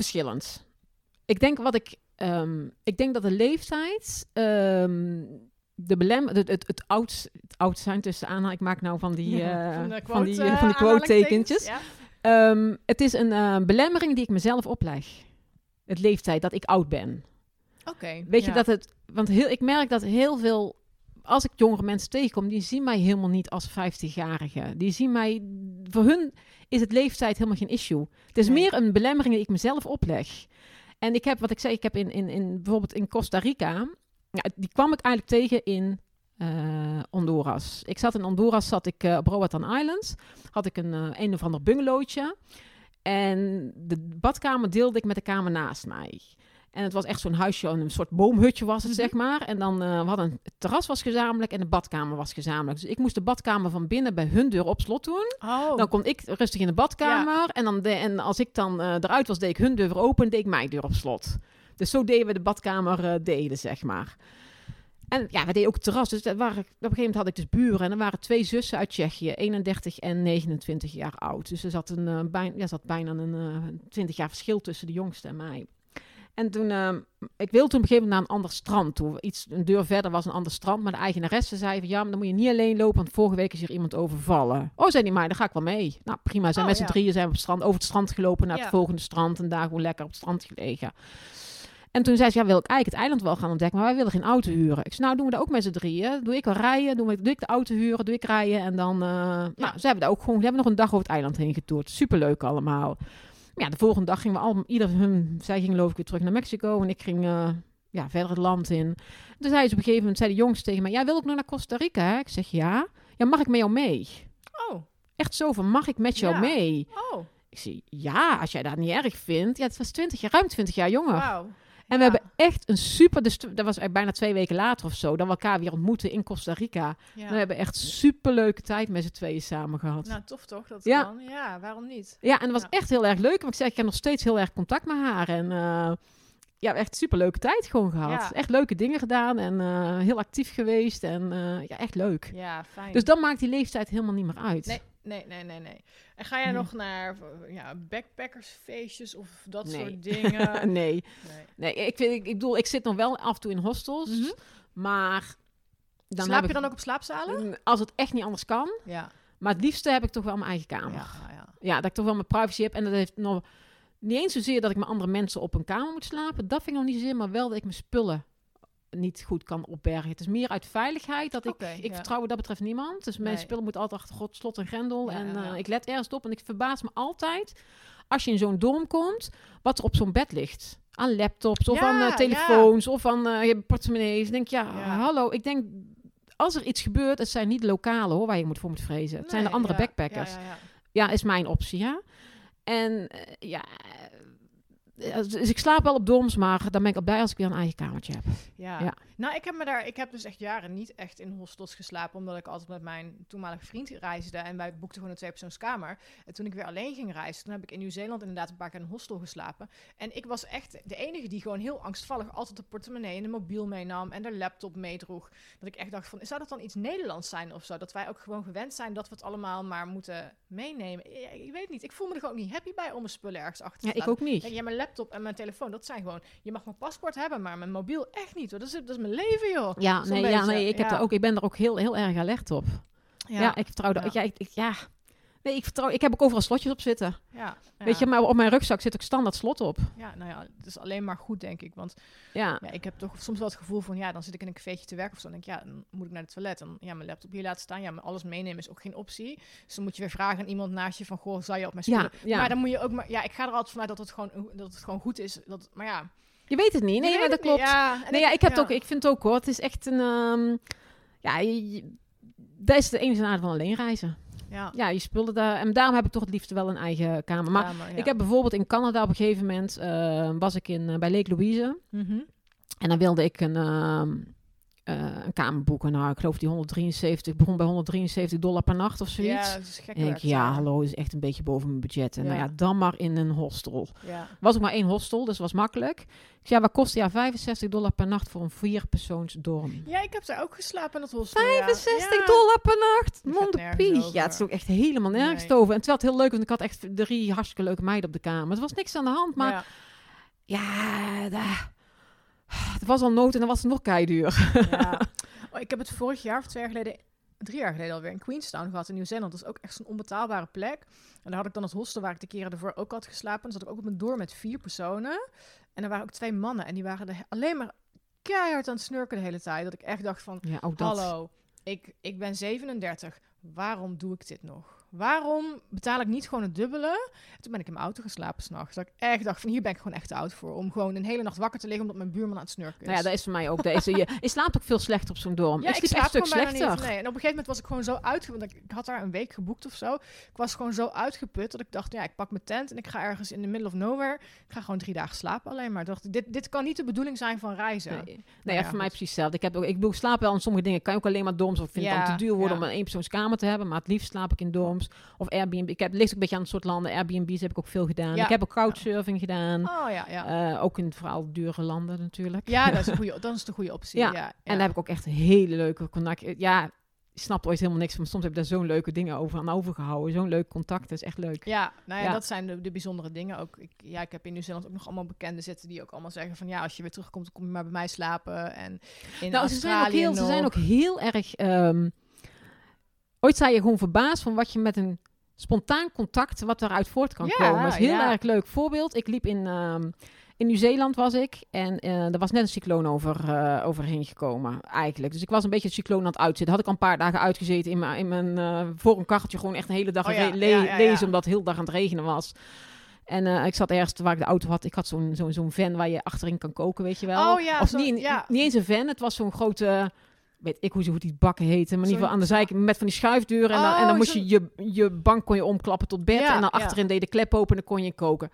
Verschillend. Ik denk wat ik... Um, ik denk dat de leeftijd... Um, de belem, het, het, het, oud, het oud zijn tussen aanhaal. Ik maak nou van die, Ja, uh, van de van quote, die, uh, uh, van die quote-tekentjes. Ja. Um, het is een uh, belemmering die ik mezelf opleg. Het leeftijd dat ik oud ben. Oké. Okay, Weet ja. je dat het... Want heel, ik merk dat heel veel... Als ik jongere mensen tegenkom, die zien mij helemaal niet als vijftigjarige. Die zien mij... Voor hun is het leeftijd helemaal geen issue. Het is nee. meer een belemmering die ik mezelf opleg. En ik heb, wat ik zei, ik heb in, in, in bijvoorbeeld in Costa Rica... Ja, die kwam ik eigenlijk tegen in uh, Honduras. Ik zat in Honduras, zat ik uh, op Roatan Island. Had ik een, uh, een of ander bungalowtje. En de badkamer deelde ik met de kamer naast mij. En het was echt zo'n huisje, een soort boomhutje was het, mm-hmm. zeg maar. En dan uh, we hadden het terras was gezamenlijk en de badkamer was gezamenlijk. Dus ik moest de badkamer van binnen bij hun deur op slot doen. Oh. Dan kon ik rustig in de badkamer. Ja. En, dan de, en als ik dan uh, eruit was, deed ik hun deur weer open en deed ik mijn deur op slot. Dus zo deden we de badkamer uh, delen, zeg maar. En ja, we deden ook het terras. Dus dat waren, op een gegeven moment had ik dus buren. En er waren twee zussen uit Tsjechië, eenendertig en negenentwintig jaar oud. Dus er zat, een, uh, bij, ja, zat bijna een uh, twintig jaar verschil tussen de jongste en mij. En toen, uh, ik wilde toen op een gegeven moment naar een ander strand toe. Iets, een deur verder was een ander strand. Maar de eigenaresse zei van, ja, maar dan moet je niet alleen lopen. Want vorige week is hier iemand overvallen. Oh, zei die maar, dan ga ik wel mee. Nou, prima. Zijn oh, met z'n ja. drieën zijn we op het strand, over het strand gelopen naar ja. het volgende strand. En daar gewoon lekker op het strand gelegen. En toen zei ze, ja, wil ik eigenlijk het eiland wel gaan ontdekken. Maar wij willen geen auto huren. Ik zei, nou, doen we dat ook met z'n drieën. Doe ik wel rijden, doe, doe ik de auto huren, doe ik rijden. En dan, uh, ja. nou, ze hebben daar ook gewoon, ze hebben nog een dag over het eiland heen getoerd. Superleuk allemaal. Ja, de volgende dag gingen we al, ieder hun, zij ging geloof ik weer terug naar Mexico en ik ging uh, ja, verder het land in. Toen zei ze op een gegeven moment, zei de jongste tegen mij, jij wil ook nog naar Costa Rica, hè? Ik zeg, ja. Ja, mag ik met jou mee? Oh. Echt zo van, mag ik met jou ja. mee? Oh. Ik zeg, ja, als jij dat niet erg vindt. Ja, het was twintig jaar, ruim twintig jaar jonger. Wauw. En ja. we hebben echt een super... Dus dat was eigenlijk bijna twee weken later of zo. Dat we elkaar weer ontmoeten in Costa Rica. Ja. We hebben echt superleuke tijd met z'n tweeën samen gehad. Nou, tof toch? Dat ja. kan. Ja, waarom niet? Ja, en dat was ja. echt heel erg leuk. Want ik zeg, ik heb nog steeds heel erg contact met haar. En uh, ja, echt superleuke tijd gewoon gehad. Ja. Echt leuke dingen gedaan. En uh, heel actief geweest. En uh, ja, echt leuk. Ja, fijn. Dus dan maakt die leeftijd helemaal niet meer uit. Nee. Nee, nee, nee, nee. En ga jij nee. nog naar ja, backpackersfeestjes of dat nee. soort dingen? nee. nee. Nee, ik, vind, ik, ik bedoel, ik zit nog wel af en toe in hostels, mm-hmm. maar... Dan Slaap je ik, dan ook op slaapzalen? Als het echt niet anders kan. Ja. Maar het liefste heb ik toch wel mijn eigen kamer. Ja, ja. ja, dat ik toch wel mijn privacy heb. En dat heeft nog niet eens zozeer dat ik met andere mensen op een kamer moet slapen. Dat vind ik nog niet zozeer, maar wel dat ik mijn spullen niet goed kan opbergen. Het is meer uit veiligheid dat ik... Okay, ik ja. vertrouw wat dat betreft niemand. Dus mijn nee. spullen moeten altijd achter God, slot en grendel. Ja, en uh, ja. ik let ergens op. En ik verbaas me altijd, als je in zo'n dorm komt, wat er op zo'n bed ligt. Aan laptops of ja, aan uh, telefoons ja. of aan uh, portemonnees. Ik denk, ja, ja, hallo. Ik denk, als er iets gebeurt, het zijn niet de lokale hoor, waar je moet voor moet vrezen. Het nee, zijn de andere ja, backpackers. Ja, ja, ja. ja, is mijn optie, ja. En uh, ja... Dus ik slaap wel op dorms, maar dan ben ik al blij als ik weer een eigen kamertje heb. Ja. ja. Nou, ik heb me daar, ik heb dus echt jaren niet echt in hostels geslapen, omdat ik altijd met mijn toenmalige vriend reisde en wij boekten gewoon een tweepersoonskamer. En toen ik weer alleen ging reizen, toen heb ik in Nieuw-Zeeland inderdaad een paar keer in een hostel geslapen. En ik was echt de enige die gewoon heel angstvallig altijd de portemonnee en de mobiel meenam en de laptop meedroeg. Dat ik echt dacht van, zou dat dan iets Nederlands zijn of zo? Dat wij ook gewoon gewend zijn dat we het allemaal maar moeten meenemen. Ja, ik weet niet, ik voel me er gewoon niet happy bij om mijn spullen ergens achter te ja, laten. Ik ook niet. Denk, ja, mijn laptop en mijn telefoon, dat zijn gewoon... Je mag mijn paspoort hebben, maar mijn mobiel echt niet. Hoor. Dat is, dat is mijn leven, joh. Ja, nee, ja, nee ik, heb ja. er ook, ik ben er ook heel, heel erg alert op. Ja, ja ik vertrouw... Ja. Ja, ik, ik, ja. Nee, ik vertrouw... Ik heb ook overal slotjes op zitten. Ja, ja. Weet je, maar op mijn rugzak zit ook standaard slot op. Ja, nou ja, het is alleen maar goed, denk ik. Want ja. Ja, ik heb toch soms wel het gevoel van... Ja, dan zit ik in een cafeetje te werken of zo. Dan denk ik, ja, dan moet ik naar het toilet. En ja, mijn laptop hier laten staan. Ja, maar alles meenemen is ook geen optie. Dus dan moet je weer vragen aan iemand naast je van... Goh, zou je op mijn spullen... Ja, ja. Maar dan moet je ook maar... Ja, ik ga er altijd vanuit dat het gewoon, dat het gewoon goed is. Dat, maar ja... Je weet het niet. Nee, maar dat klopt. Ja, nee, ik, ja, ik heb ja. het ook. Ik vind het ook hoor. Het is echt een... Um, ja, je, je, dat is de enige nadeel van alleen reizen. Ja. ja, je spullen daar. En daarom heb ik toch het liefst wel een eigen kamer. Maar kamer, ja. ik heb bijvoorbeeld in Canada op een gegeven moment... Uh, was ik in, uh, bij Lake Louise. Mm-hmm. En dan wilde ik een... Uh, Uh, een kamer boeken. Nou, ik geloof die honderddrieënzeventig begon bij honderddrieënzeventig dollar per nacht of zoiets. Ja, dat is gek. En ik, ja, hallo, is echt een beetje boven mijn budget. En ja. nou ja, dan maar in een hostel. Ja. Was ook maar één hostel, dus was makkelijk. Ik zei, ja, wat kost ja vijfenzestig dollar per nacht voor een vierpersoons dorm? Ja, ik heb daar ook geslapen in dat hostel. vijfenzestig ja. dollar per nacht? Mondepie. Ja, het is ook echt helemaal nergens nee. over. En terwijl het heel leuk was, ik had echt drie hartstikke leuke meiden op de kamer. Er was niks aan de hand, maar ja, ja daar... Het was al nood en dan was het nog keiduur. Ja. Oh, ik heb het vorig jaar of twee jaar geleden, drie jaar geleden alweer, in Queenstown gehad in Nieuw-Zeeland. Dat is ook echt zo'n onbetaalbare plek. En daar had ik dan het hostel waar ik de keren ervoor ook had geslapen. Dan zat ik ook op een door met vier personen. En er waren ook twee mannen. En die waren er alleen maar keihard aan het snurken de hele tijd. Dat ik echt dacht van, Ja, ook dat. hallo, ik, ik ben zevenendertig. Waarom doe ik dit nog? Waarom betaal ik niet gewoon het dubbele? Toen ben ik in mijn auto geslapen s'nachts. Dat ik echt dacht van, hier ben ik gewoon echt te oud voor. Om gewoon een hele nacht wakker te liggen omdat mijn buurman aan het snurken is. Nou ja, dat is voor mij ook. Dat is, je, je slaapt ook veel slechter op zo'n dorm. Ja, ik ik sliep slaap echt een gewoon stuk bijna slechter. niet. Nee. En op een gegeven moment was ik gewoon zo uitgeput. Ik had daar een week geboekt of zo. Ik was gewoon zo uitgeput dat ik dacht, ja, ik pak mijn tent en ik ga ergens in the middle of nowhere. Ik ga gewoon drie dagen slapen alleen maar. Ik dacht, dit, dit kan niet de bedoeling zijn van reizen. Nee, nee Nou ja, ja, voor mij goed. precies hetzelfde. Ik, heb ook, ik bedoel, slaap wel aan sommige dingen. Kan je ook alleen maar dorms. Of vind het Ja, dan te duur worden ja. om een eenpersoonskamer te hebben. Maar het liefst slaap ik in dorms. Of Airbnb. Ik heb, het ligt ook een beetje aan het soort landen. Airbnb's heb ik ook veel gedaan. Ja. Ik heb ook couchsurfing gedaan. Oh ja, ja. Uh, ook in vooral dure landen natuurlijk. Ja, dat is, een goede, dat is de goede optie. Ja, Ja, ja. En daar heb ik ook echt hele leuke contacten. Ja, je snapt ooit helemaal niks van. Soms heb ik daar zo'n leuke dingen over aan overgehouden. Zo'n leuk contact. Dat is echt leuk. Ja, nou ja, Ja. dat zijn de, de bijzondere dingen. Ook, ik, ja, ik heb in Nieuw-Zeeland ook nog allemaal bekenden zitten die ook allemaal zeggen van ja, als je weer terugkomt, dan kom je maar bij mij slapen. En in Nou, ze zijn, ook Australië heel, ze zijn nog. ook heel erg... Um, ooit sta je gewoon verbaasd van wat je met een spontaan contact, wat eruit voort kan Ja, komen. Dat is een heel ja. erg leuk voorbeeld. Ik liep in... Um, In Nieuw-Zeeland was ik en uh, er was net een cycloon over, uh, overheen gekomen, eigenlijk. Dus ik was een beetje het cycloon aan het uitzitten. Had ik al een paar dagen uitgezeten in mijn, in mijn, uh, voor een kacheltje gewoon echt een hele dag Oh ja, re- le- ja, ja, ja. lezen, omdat het heel dag aan het regenen was. En uh, ik zat ergens waar ik de auto had. Ik had zo'n, zo'n, zo'n van waar je achterin kan koken, weet je wel. Oh ja, of zo, niet, ja. niet eens een van, het was zo'n grote... Weet ik hoe ze hoe die bakken heten, maar in ieder geval aan de zijkant met van die schuifdeuren. En dan, Oh, en dan moest zo- je, je je bank kon je omklappen tot bed. Ja, en dan ja. achterin deed je de klep open en dan kon je koken.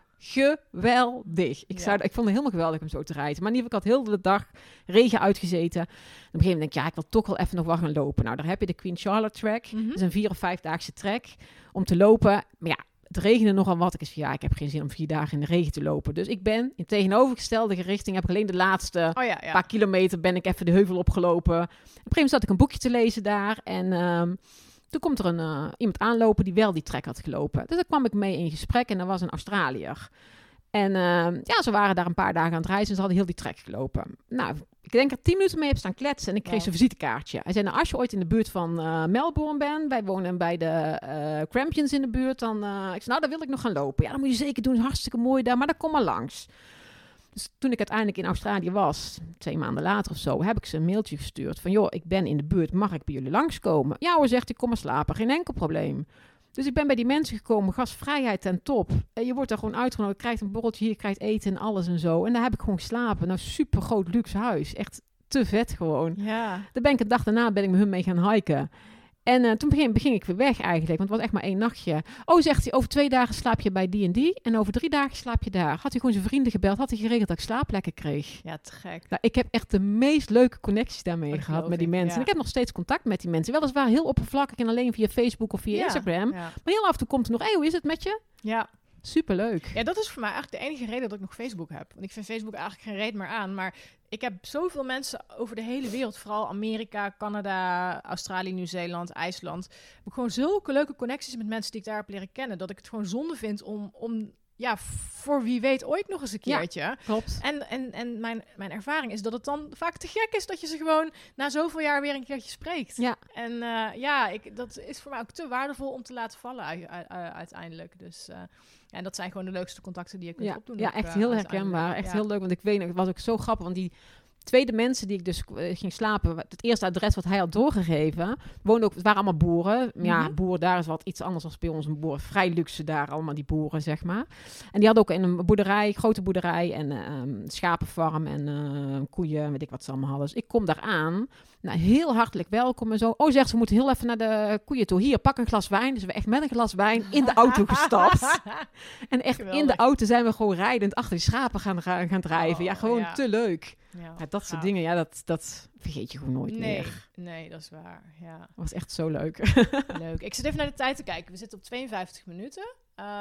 Geweldig. Ik, Ja. zou, ik vond het helemaal geweldig om zo te rijden. Maar in ieder geval, ik had heel de dag regen uitgezeten. En op een gegeven moment denk ik, ja, ik wil toch wel even nog wel gaan lopen. Nou, daar heb je de Queen Charlotte Track. Mhm. Dat is een vier of vijfdaagse trek om te lopen. Maar ja, het regende nogal wat. Ik is van, ja, ik heb geen zin om vier dagen in de regen te lopen. Dus ik ben in tegenovergestelde richting, heb ik alleen de laatste... Oh ja, ja. paar kilometer ben ik even de heuvel opgelopen. Op een gegeven moment zat ik een boekje te lezen daar. En um, toen komt er een, uh, iemand aanlopen die wel die trek had gelopen. Dus daar kwam ik mee in gesprek en dat was een Australiër. En uh, ja, ze waren daar een paar dagen aan het reizen en ze hadden heel die trek gelopen. Nou, ik denk er tien minuten mee heb staan kletsen en ik kreeg Wow. zijn visitekaartje. Hij zei, nou, als je ooit in de buurt van uh, Melbourne bent, wij wonen bij de uh, Grampians in de buurt, dan... Uh, ik zei, nou, daar wil ik nog gaan lopen. Ja, dat moet je zeker doen, is hartstikke mooi daar, maar dan kom maar langs. Dus toen ik uiteindelijk in Australië was, twee maanden later of zo, heb ik ze een mailtje gestuurd van, joh, ik ben in de buurt, mag ik bij jullie langskomen? Ja hoor, zegt hij, kom maar slapen, geen enkel probleem. Dus ik ben bij die mensen gekomen, gastvrijheid ten top. En je wordt daar gewoon uitgenodigd, je krijgt een borreltje hier, je krijgt eten en alles en zo. En daar heb ik gewoon geslapen. Nou, super groot luxe huis, echt te vet gewoon. Ja. Daar ben ik de dag daarna ben ik met hun mee gaan hiken. En uh, toen begin, begin ik weer weg eigenlijk, want het was echt maar één nachtje. Oh, zegt hij, over twee dagen slaap je bij die en die. En over drie dagen slaap je daar. Had hij gewoon zijn vrienden gebeld, had hij geregeld dat ik slaapplekken kreeg. Ja, te gek. Nou, ik heb echt de meest leuke connecties daarmee Dat gehad geloof met die ik, mensen. ja. En ik heb nog steeds contact met die mensen. Weliswaar heel oppervlakkig en alleen via Facebook of via Ja, Instagram. Ja. Maar heel af en toe komt er nog, hé, hey, hoe is het met je? Ja. Superleuk. Ja, dat is voor mij eigenlijk de enige reden dat ik nog Facebook heb. Want ik vind Facebook eigenlijk geen reet meer aan. Maar ik heb zoveel mensen over de hele wereld, vooral Amerika, Canada, Australië, Nieuw-Zeeland, IJsland. Heb ik gewoon zulke leuke connecties met mensen die ik daar heb leren kennen, dat ik het gewoon zonde vind om, om ja, voor wie weet ooit nog eens een Ja. keertje. Klopt. En, en, en mijn, mijn ervaring is dat het dan vaak te gek is dat je ze gewoon na zoveel jaar weer een keertje spreekt. Ja. En uh, ja, ik, dat is voor mij ook te waardevol om te laten vallen u, u, u, uiteindelijk. Dus uh, ja, en dat zijn gewoon de leukste contacten die je kunt Ja, opdoen. ja ook, echt uh, heel uiteindelijk. herkenbaar. Echt Ja. heel leuk, want ik weet, het was ook zo grappig, want die tweede mensen die ik dus uh, ging slapen, het eerste adres wat hij had doorgegeven, woonden ook, het waren allemaal boeren. Ja, Mhm. boeren daar is wat iets anders dan bij ons een boer. Vrij luxe daar, allemaal die boeren, zeg maar. En die hadden ook in een boerderij, grote boerderij en uh, um, schapenfarm en uh, koeien, weet ik wat ze allemaal hadden. Dus ik kom daar aan. Nou, heel hartelijk welkom en zo. Oh, zegt ze, we moeten heel even naar de koeien toe. Hier, pak een glas wijn. Dus we echt met een glas wijn in de auto gestapt. En echt Geweldig. in de auto zijn we gewoon rijdend achter die schapen gaan, gaan drijven. Oh, ja, gewoon ja. te leuk. Ja, Ja, dat soort gaaf. dingen, ja, dat, dat vergeet je gewoon nooit Nee, meer. nee, dat is waar. Ja, Dat was echt zo leuk. leuk. Ik zit even naar de tijd te kijken. We zitten op tweeënvijftig minuten.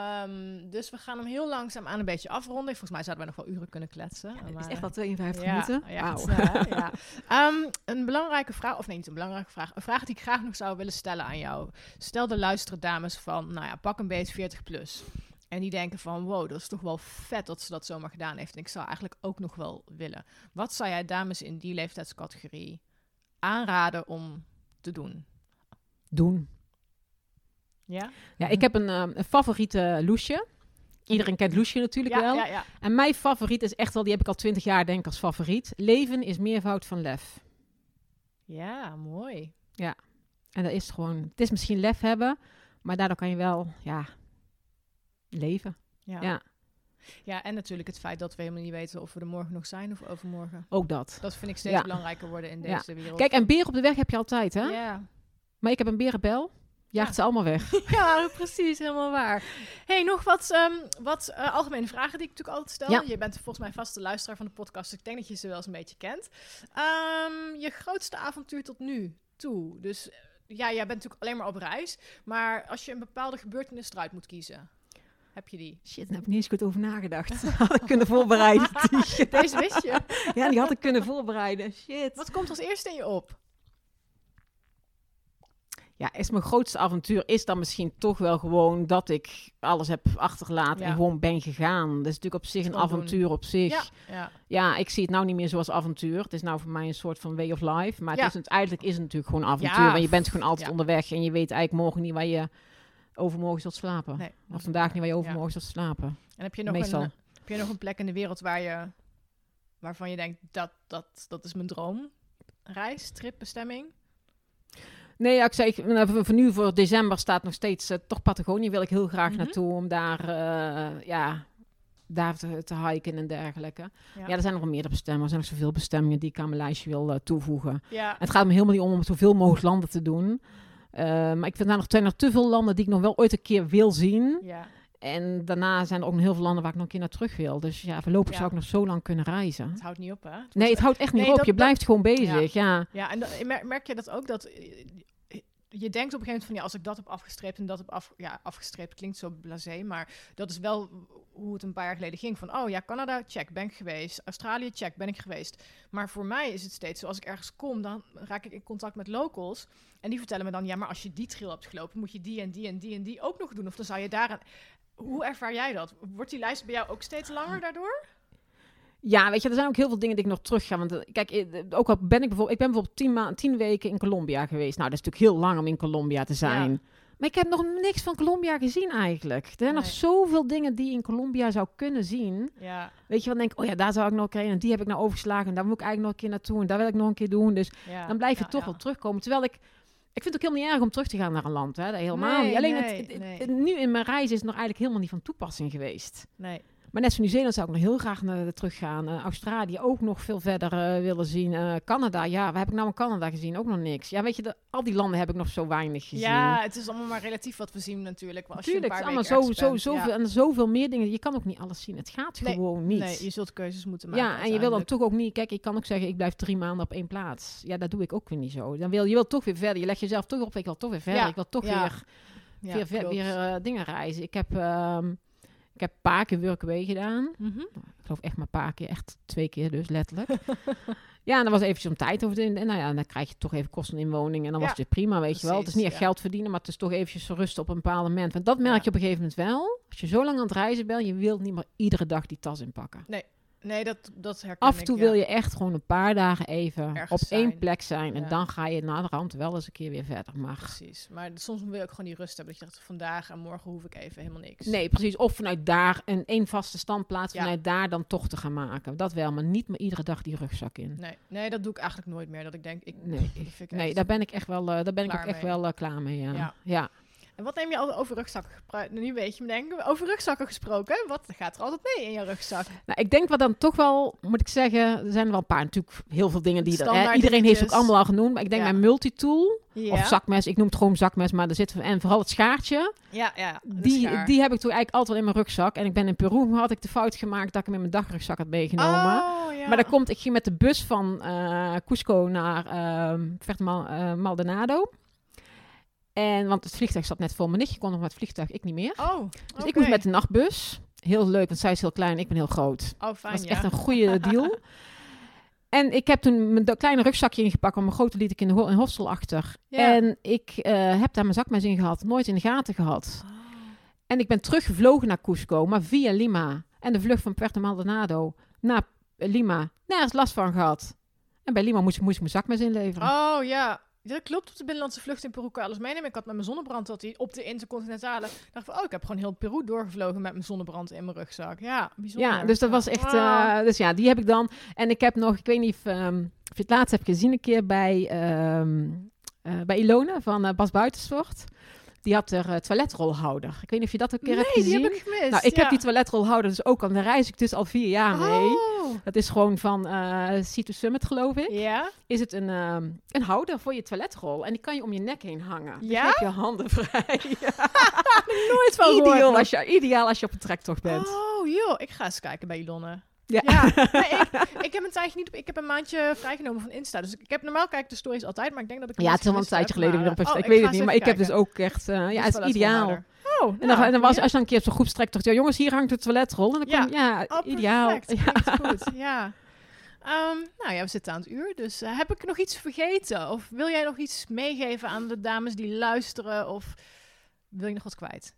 Um, dus we gaan hem heel langzaam aan een beetje afronden. Volgens mij zouden we nog wel uren kunnen kletsen. Het maar, is echt al tweeënvijftig ja, minuten. Ja, Wauw. het is, uh, ja. Um, een belangrijke vraag, of nee, niet een belangrijke vraag. Een vraag die ik graag nog zou willen stellen aan jou. Stel de luisteren dames van, nou ja, pak een beetje veertig plus. En die denken van, wow, dat is toch wel vet dat ze dat zomaar gedaan heeft. En ik zou eigenlijk ook nog wel willen. Wat zou jij dames in die leeftijdscategorie aanraden om te doen? Doen. Ja? Ja, ik heb een, uh, een favoriete loesje. Iedereen kent loesje natuurlijk Ja, wel. ja, ja. En mijn favoriet is echt wel, die heb ik al twintig jaar denk ik als favoriet. Leven is meervoud van lef. Ja, mooi. En dat is gewoon, het is misschien lef hebben, maar daardoor kan je wel, ja, leven. Ja. Ja. Ja, en natuurlijk het feit dat we helemaal niet weten of we er morgen nog zijn of overmorgen. Ook dat. Dat vind ik steeds Ja. belangrijker worden in Ja. deze wereld. Kijk, en beren op de weg heb je altijd, hè? Ja. Maar ik heb een berenbel, jaagt Ja. ze allemaal weg. Ja, precies, helemaal waar. Hey, nog wat, um, wat uh, algemene vragen die ik natuurlijk altijd stel. Ja. Je bent volgens mij vaste luisteraar van de podcast, dus ik denk dat je ze wel eens een beetje kent. Um, je grootste avontuur tot nu toe. Dus uh, ja, jij bent natuurlijk alleen maar op reis. Maar als je een bepaalde gebeurtenis eruit moet kiezen, heb je die? Shit, daar heb ik niet eens goed over nagedacht. Had ik kunnen voorbereiden. Deze wist je. Ja, die had ik kunnen voorbereiden. Shit. Wat komt als eerste in je op? Ja, is mijn grootste avontuur is dan misschien toch wel gewoon dat ik alles heb achtergelaten Ja. en gewoon ben gegaan. Dat is natuurlijk op zich een Gewoon avontuur doen. op zich. Ja, Ja. ja. ja, ik zie het nou niet meer zoals avontuur. Het is nou voor mij een soort van way of life. Maar Ja. het is, uiteindelijk is het natuurlijk gewoon avontuur. Ja, Want je bent gewoon altijd ja. onderweg en je weet eigenlijk morgen niet waar je overmorgen zult slapen. Nee, dat of is vandaag waar. niet waar je Ja. overmorgen zult slapen. En heb je nog Meestal. een, heb je nog een plek in de wereld waar je, waarvan je denkt dat dat, dat is mijn droom? Reis, trip, bestemming? Nee, ja, ik zei, ik- nou, voor, voor nu voor december staat nog steeds, uh, toch Patagonië wil ik heel graag Mhm. naartoe om daar, uh, ja, daar te, te hiken en dergelijke. Ja. Ja. er zijn nog wel meerdere bestemmingen. Er zijn nog zoveel bestemmingen die ik aan mijn lijstje wil uh, toevoegen. Ja. En het gaat me helemaal niet om om zoveel mogelijk landen te doen. Uh, maar ik vind daar nog, er zijn nog te veel landen die ik nog wel ooit een keer wil zien. Ja. En daarna zijn er ook nog heel veel landen waar ik nog een keer naar terug wil. Dus ja, voorlopig Ja. zou ik nog zo lang kunnen reizen. Het houdt niet op, hè? Het Nee, het houdt echt niet Nee, op. dat- Je dat- blijft gewoon bezig, ja. Ja, en dat, mer- merk je dat ook? Dat eh, je denkt op een gegeven moment van ja, als ik dat heb afgestreept en dat heb af, ja, afgestreept klinkt zo blasé, maar dat is wel hoe het een paar jaar geleden ging. Van oh ja, Canada, check, ben ik geweest. Australië, check, ben ik geweest. Maar voor mij is het steeds zo, als ik ergens kom, dan raak ik in contact met locals en die vertellen me dan ja, maar als je die trail hebt gelopen, moet je die en die en die en die ook nog doen. Of dan zou je daar. Hoe ervaar jij dat? Wordt die lijst bij jou ook steeds langer daardoor? Ja, weet je, er zijn ook heel veel dingen die ik nog terug ga. Want uh, kijk, uh, ook al ben ik bijvoorbeeld... Ik ben bijvoorbeeld tien, ma- tien weken in Colombia geweest. Nou, dat is natuurlijk heel lang om in Colombia te zijn. Ja. Maar ik heb nog niks van Colombia gezien eigenlijk. Er zijn nog Nee. zoveel dingen die je in Colombia zou kunnen zien. Ja, Weet je, wat denk ik, oh ja, daar zou ik nog een keer... En die heb ik nou overgeslagen. En daar moet ik eigenlijk nog een keer naartoe. En daar wil ik nog een keer doen. Dus ja, dan blijf je ja, toch ja. wel terugkomen. Terwijl ik... Ik vind het ook helemaal niet erg om terug te gaan naar een land. Hè? Dat helemaal Nee, niet. Alleen nee, het, het- nee. het- nu in mijn reis is het nog eigenlijk helemaal niet van toepassing geweest. Nee. Maar net als Nieuw-Zeeland zou ik nog heel graag naar terug gaan. Uh, Australië ook nog veel verder uh, willen zien. Uh, Canada, ja, waar heb ik nou in Canada gezien? Ook nog niks. Ja, weet je, de, al die landen heb ik nog zo weinig gezien. Ja, het is allemaal maar relatief wat we zien natuurlijk. Als Tuurlijk, je een het paar is allemaal weken zo, ergens zo, bent, zoveel, ja. en zoveel meer dingen. Je kan ook niet alles zien. Het gaat Nee, gewoon niet. Nee, je zult keuzes moeten maken. Ja, en je wil dan uiteindelijk. toch ook niet... Kijk, ik kan ook zeggen, ik blijf drie maanden op één plaats. Ja, dat doe ik ook weer niet zo. Dan wil je wil toch weer verder. Je legt jezelf toch op, ik wil toch weer verder. Ja, Ik wil toch ja. weer, Ja, weer, ver- klopt. weer uh, dingen reizen. Ik heb, um, ik heb een paar keer workaway gedaan. Mhm. Ik geloof echt maar een paar keer, echt twee keer dus, letterlijk. Ja, en dan was eventjes om tijd over de... En nou ja, dan krijg je toch even kosten en inwoning en dan Ja, was het weer prima, weet je wel. Het is niet echt precies, ja. geld verdienen, maar het is toch eventjes rusten op een bepaald moment. Want dat merk Ja. je op een gegeven moment wel. Als je zo lang aan het reizen bent, je wilt niet meer iedere dag die tas inpakken. Nee, dat, dat herken Af en toe ik, wil ja. je echt gewoon een paar dagen even Ergens op één zijn. plek zijn. En Ja. dan ga je naar de rand wel eens een keer weer verder. Maar Precies. Maar soms wil je ook gewoon die rust hebben. Dat je dacht, vandaag en morgen hoef ik even helemaal niks. nee, precies. Of vanuit daar een één vaste standplaats, Ja. vanuit daar dan toch te gaan maken. Dat wel, maar niet meer iedere dag die rugzak in. Nee, nee, dat doe ik eigenlijk nooit meer. Dat ik denk, ik, Nee, dat vind ik Nee, echt- daar ben ik echt wel, uh, daar ben ik Klaar ook echt mee. wel uh, klaar mee. Ja. Ja. Ja. En wat neem je al over rugzakken gesproken? Nu weet je me denken, over rugzakken gesproken. Wat gaat er altijd mee in je rugzak? Nou, ik denk wat dan toch wel, moet ik zeggen, er zijn er wel een paar natuurlijk heel veel dingen die er, hè, Standaard iedereen heeft ook dingetjes. allemaal al genoemd. Maar ik denk Ja. mijn multitool Ja, of zakmes, ik noem het gewoon zakmes, maar er zit en vooral het schaartje. ja, ja. de Die, schaar. die heb ik toch eigenlijk altijd wel in mijn rugzak. En ik ben in Peru, had ik de fout gemaakt dat ik hem in mijn dagrugzak had meegenomen. Oh, ja. Maar dat komt, ik ging met de bus van uh, Cusco naar uh, Puerto Mal, uh, Maldonado. En, want het vliegtuig zat net vol. Mijn nichtje kon nog met het vliegtuig, ik niet meer. Oh, Dus ik moest met de nachtbus. Heel leuk, want zij is heel klein en ik ben heel groot. Oh, fijn, Dat was ja. echt een goede deal. En ik heb toen mijn do- kleine rugzakje ingepakt, want mijn grote liet ik in de ho- in hostel achter. Ja. En ik uh, heb daar mijn zakmes in gehad, nooit in de gaten gehad. Oh. En ik ben teruggevlogen naar Cusco, maar via Lima. En de vlucht van Puerto Maldonado naar Lima, nergens last van gehad. En bij Lima moest, moest ik mijn zakmes inleveren. Oh ja, dat klopt. Op de binnenlandse vlucht in Peru kan je alles meenemen. Ik had met mijn zonnebrand dat die op de intercontinentale. Ik dacht van, oh, ik heb gewoon heel Peru doorgevlogen met mijn zonnebrand in mijn rugzak. Ja, bijzonder. Ja, dus dat was echt... Wow. Uh, dus ja, die heb ik dan. En ik heb nog, ik weet niet of, um, of je het laatst hebt gezien een keer bij, um, uh, bij Ilona van uh, Bas Buitensoort. Die had er uh, toiletrolhouder. Ik weet niet of je dat een keer nee, hebt gezien. Die heb ik gemist. Nou, ik ja. heb die toiletrolhouder dus ook al. Daar reis ik dus al vier jaar mee. Oh. Dat is gewoon van uh, Sea to Summit, geloof ik. Ja? Is het een, um, een houder voor je toiletrol. En die kan je om je nek heen hangen. Dus Ja? je hebt je handen vrij. Nooit van gehoord. Ideaal als, je, ideaal als je op een trektocht bent. Oh joh, ik ga eens kijken bij Ilonne. Ja. Ja, nee, ik, ik heb een tijdje niet op, ik heb een maandje vrijgenomen van Insta. Dus ik heb normaal kijk ik de stories altijd, maar ik denk dat ik hem Ja, het eens is al een gemist tijdje heb, geleden. maar, Maar, oh, ik weet ga het niet, eens maar even ik heb dus kijken. ook echt... Uh, ja, Dus het is ideaal. toiletrolhouder. Oh, En dan, nou, en dan was ja. als je dan een keer op zo'n groepstrektocht... Ja, jongens, hier hangt de toiletrol. En dan Ja. kom ja, Oh, ideaal. perfect. Ja. Klinkt goed, ja. Um, nou ja, we zitten aan het uur, dus uh, heb ik nog iets vergeten? Of wil jij nog iets meegeven aan de dames die luisteren? Of wil je nog wat kwijt?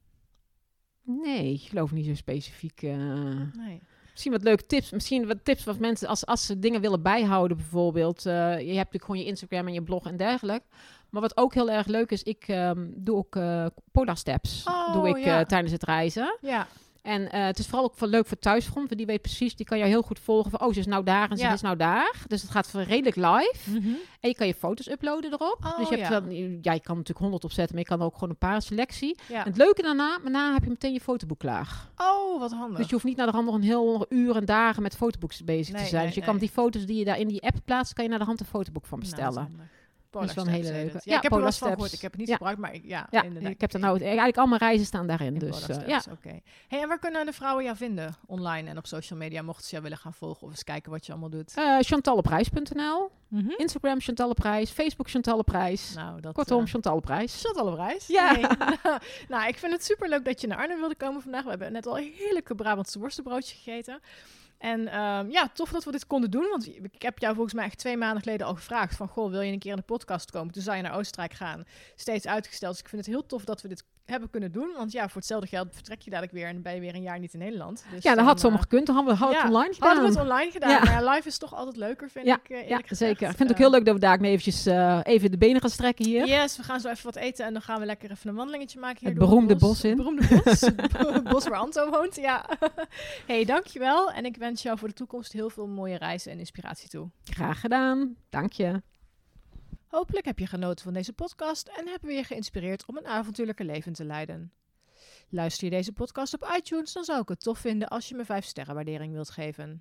Nee, ik geloof niet zo specifiek... Uh... Nee. Misschien wat leuke tips. Misschien wat tips wat mensen, als, als ze dingen willen bijhouden bijvoorbeeld. Uh, je hebt natuurlijk gewoon je Instagram en je blog en dergelijke. Maar wat ook heel erg leuk is, ik um, doe ook uh, Polar Steps. Oh, doe ik ja. uh, tijdens het reizen. Ja. En uh, het is vooral ook voor leuk voor thuisfront. Want die weet precies, die kan jou heel goed volgen van... Oh, ze is nou daar en ze Ja. is nou daar. Dus het gaat redelijk live. Mm-hmm. En je kan je foto's uploaden erop. Oh, dus je hebt ja. dan, ja, je kan natuurlijk honderd opzetten, maar je kan er ook gewoon een paar selectie. Ja. En het leuke daarna, daarna heb je meteen je fotoboek klaar. Oh, wat handig. Dus je hoeft niet naar de hand nog een heel uur en dagen met fotoboeks bezig Nee, te zijn. nee, dus je nee. kan die foto's die je daar in die app plaatst, kan je naar de hand een fotoboek van Nou, bestellen. dat is handig. Dat is wel Polar een hele Steps heet leuke. het. Ja, Ja, ik heb er wel Polar eens van Steps. gehoord. Ik heb het niet Ja. gebruikt, maar ik, ja, Ja, inderdaad. ik heb er nou eigenlijk allemaal reizen staan daarin. In Dus Polar uh, ja. Steps, oké. Hey, en waar kunnen de vrouwen jou vinden? Online en op social media, mochten ze jou willen gaan volgen of eens kijken wat je allemaal doet. Uh, chantalleprijs punt n l, Mm-hmm. Instagram Chantalleprijs, Facebook Chantalleprijs. Nou, dat, Kortom, uh, Chantalleprijs. Zat alle prijs. Ja. Hey. Nou, ik vind het super leuk dat je naar Arnhem wilde komen vandaag. We hebben net al een heerlijke Brabantse worstenbroodje gegeten. En um, ja, tof dat we dit konden doen. Want ik heb jou volgens mij echt twee maanden geleden al gevraagd van... Goh, wil je een keer in de podcast komen? Toen zou je naar Oostenrijk gaan. Steeds uitgesteld. Dus ik vind het heel tof dat we dit hebben kunnen doen. Want ja, voor hetzelfde geld vertrek je dadelijk weer... en dan ben je weer een jaar niet in Nederland. Dus Ja, dat had uh, zomaar gekund. Dan hadden we het ja, online gedaan. hadden we het online gedaan. Ja. Maar ja, live is toch altijd leuker, vind Ja, ik uh, ja, eerlijk gezegd. zeker. Ik vind het ook Uh, heel leuk dat we daar eventjes uh, even de benen gaan strekken hier. Yes, we gaan zo even wat eten en dan gaan we lekker even een wandelingetje maken hier Het door beroemde het bos. bos in. Het beroemde bos. Het bos waar Anto woont, ja. Hey, dankjewel. En ik wens jou voor de toekomst heel veel mooie reizen en inspiratie toe. Graag gedaan. Dank je. Hopelijk heb je genoten van deze podcast en hebben we je geïnspireerd om een avontuurlijke leven te leiden. Luister je deze podcast op iTunes, dan zou ik het tof vinden als je me vijf sterren waardering wilt geven.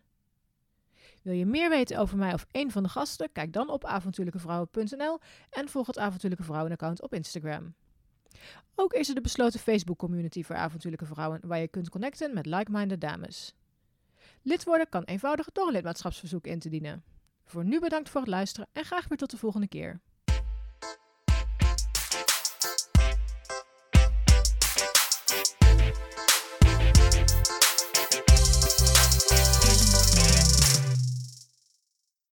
Wil je meer weten over mij of een van de gasten? Kijk dan op avontuurlijkevrouwen punt n l en volg het Avontuurlijke Vrouwen account op Instagram. Ook is er de besloten Facebook community voor avontuurlijke vrouwen waar je kunt connecten met like-minded dames. Lid worden kan eenvoudig door een lidmaatschapsverzoek in te dienen. Voor nu bedankt voor het luisteren en graag weer tot de volgende keer.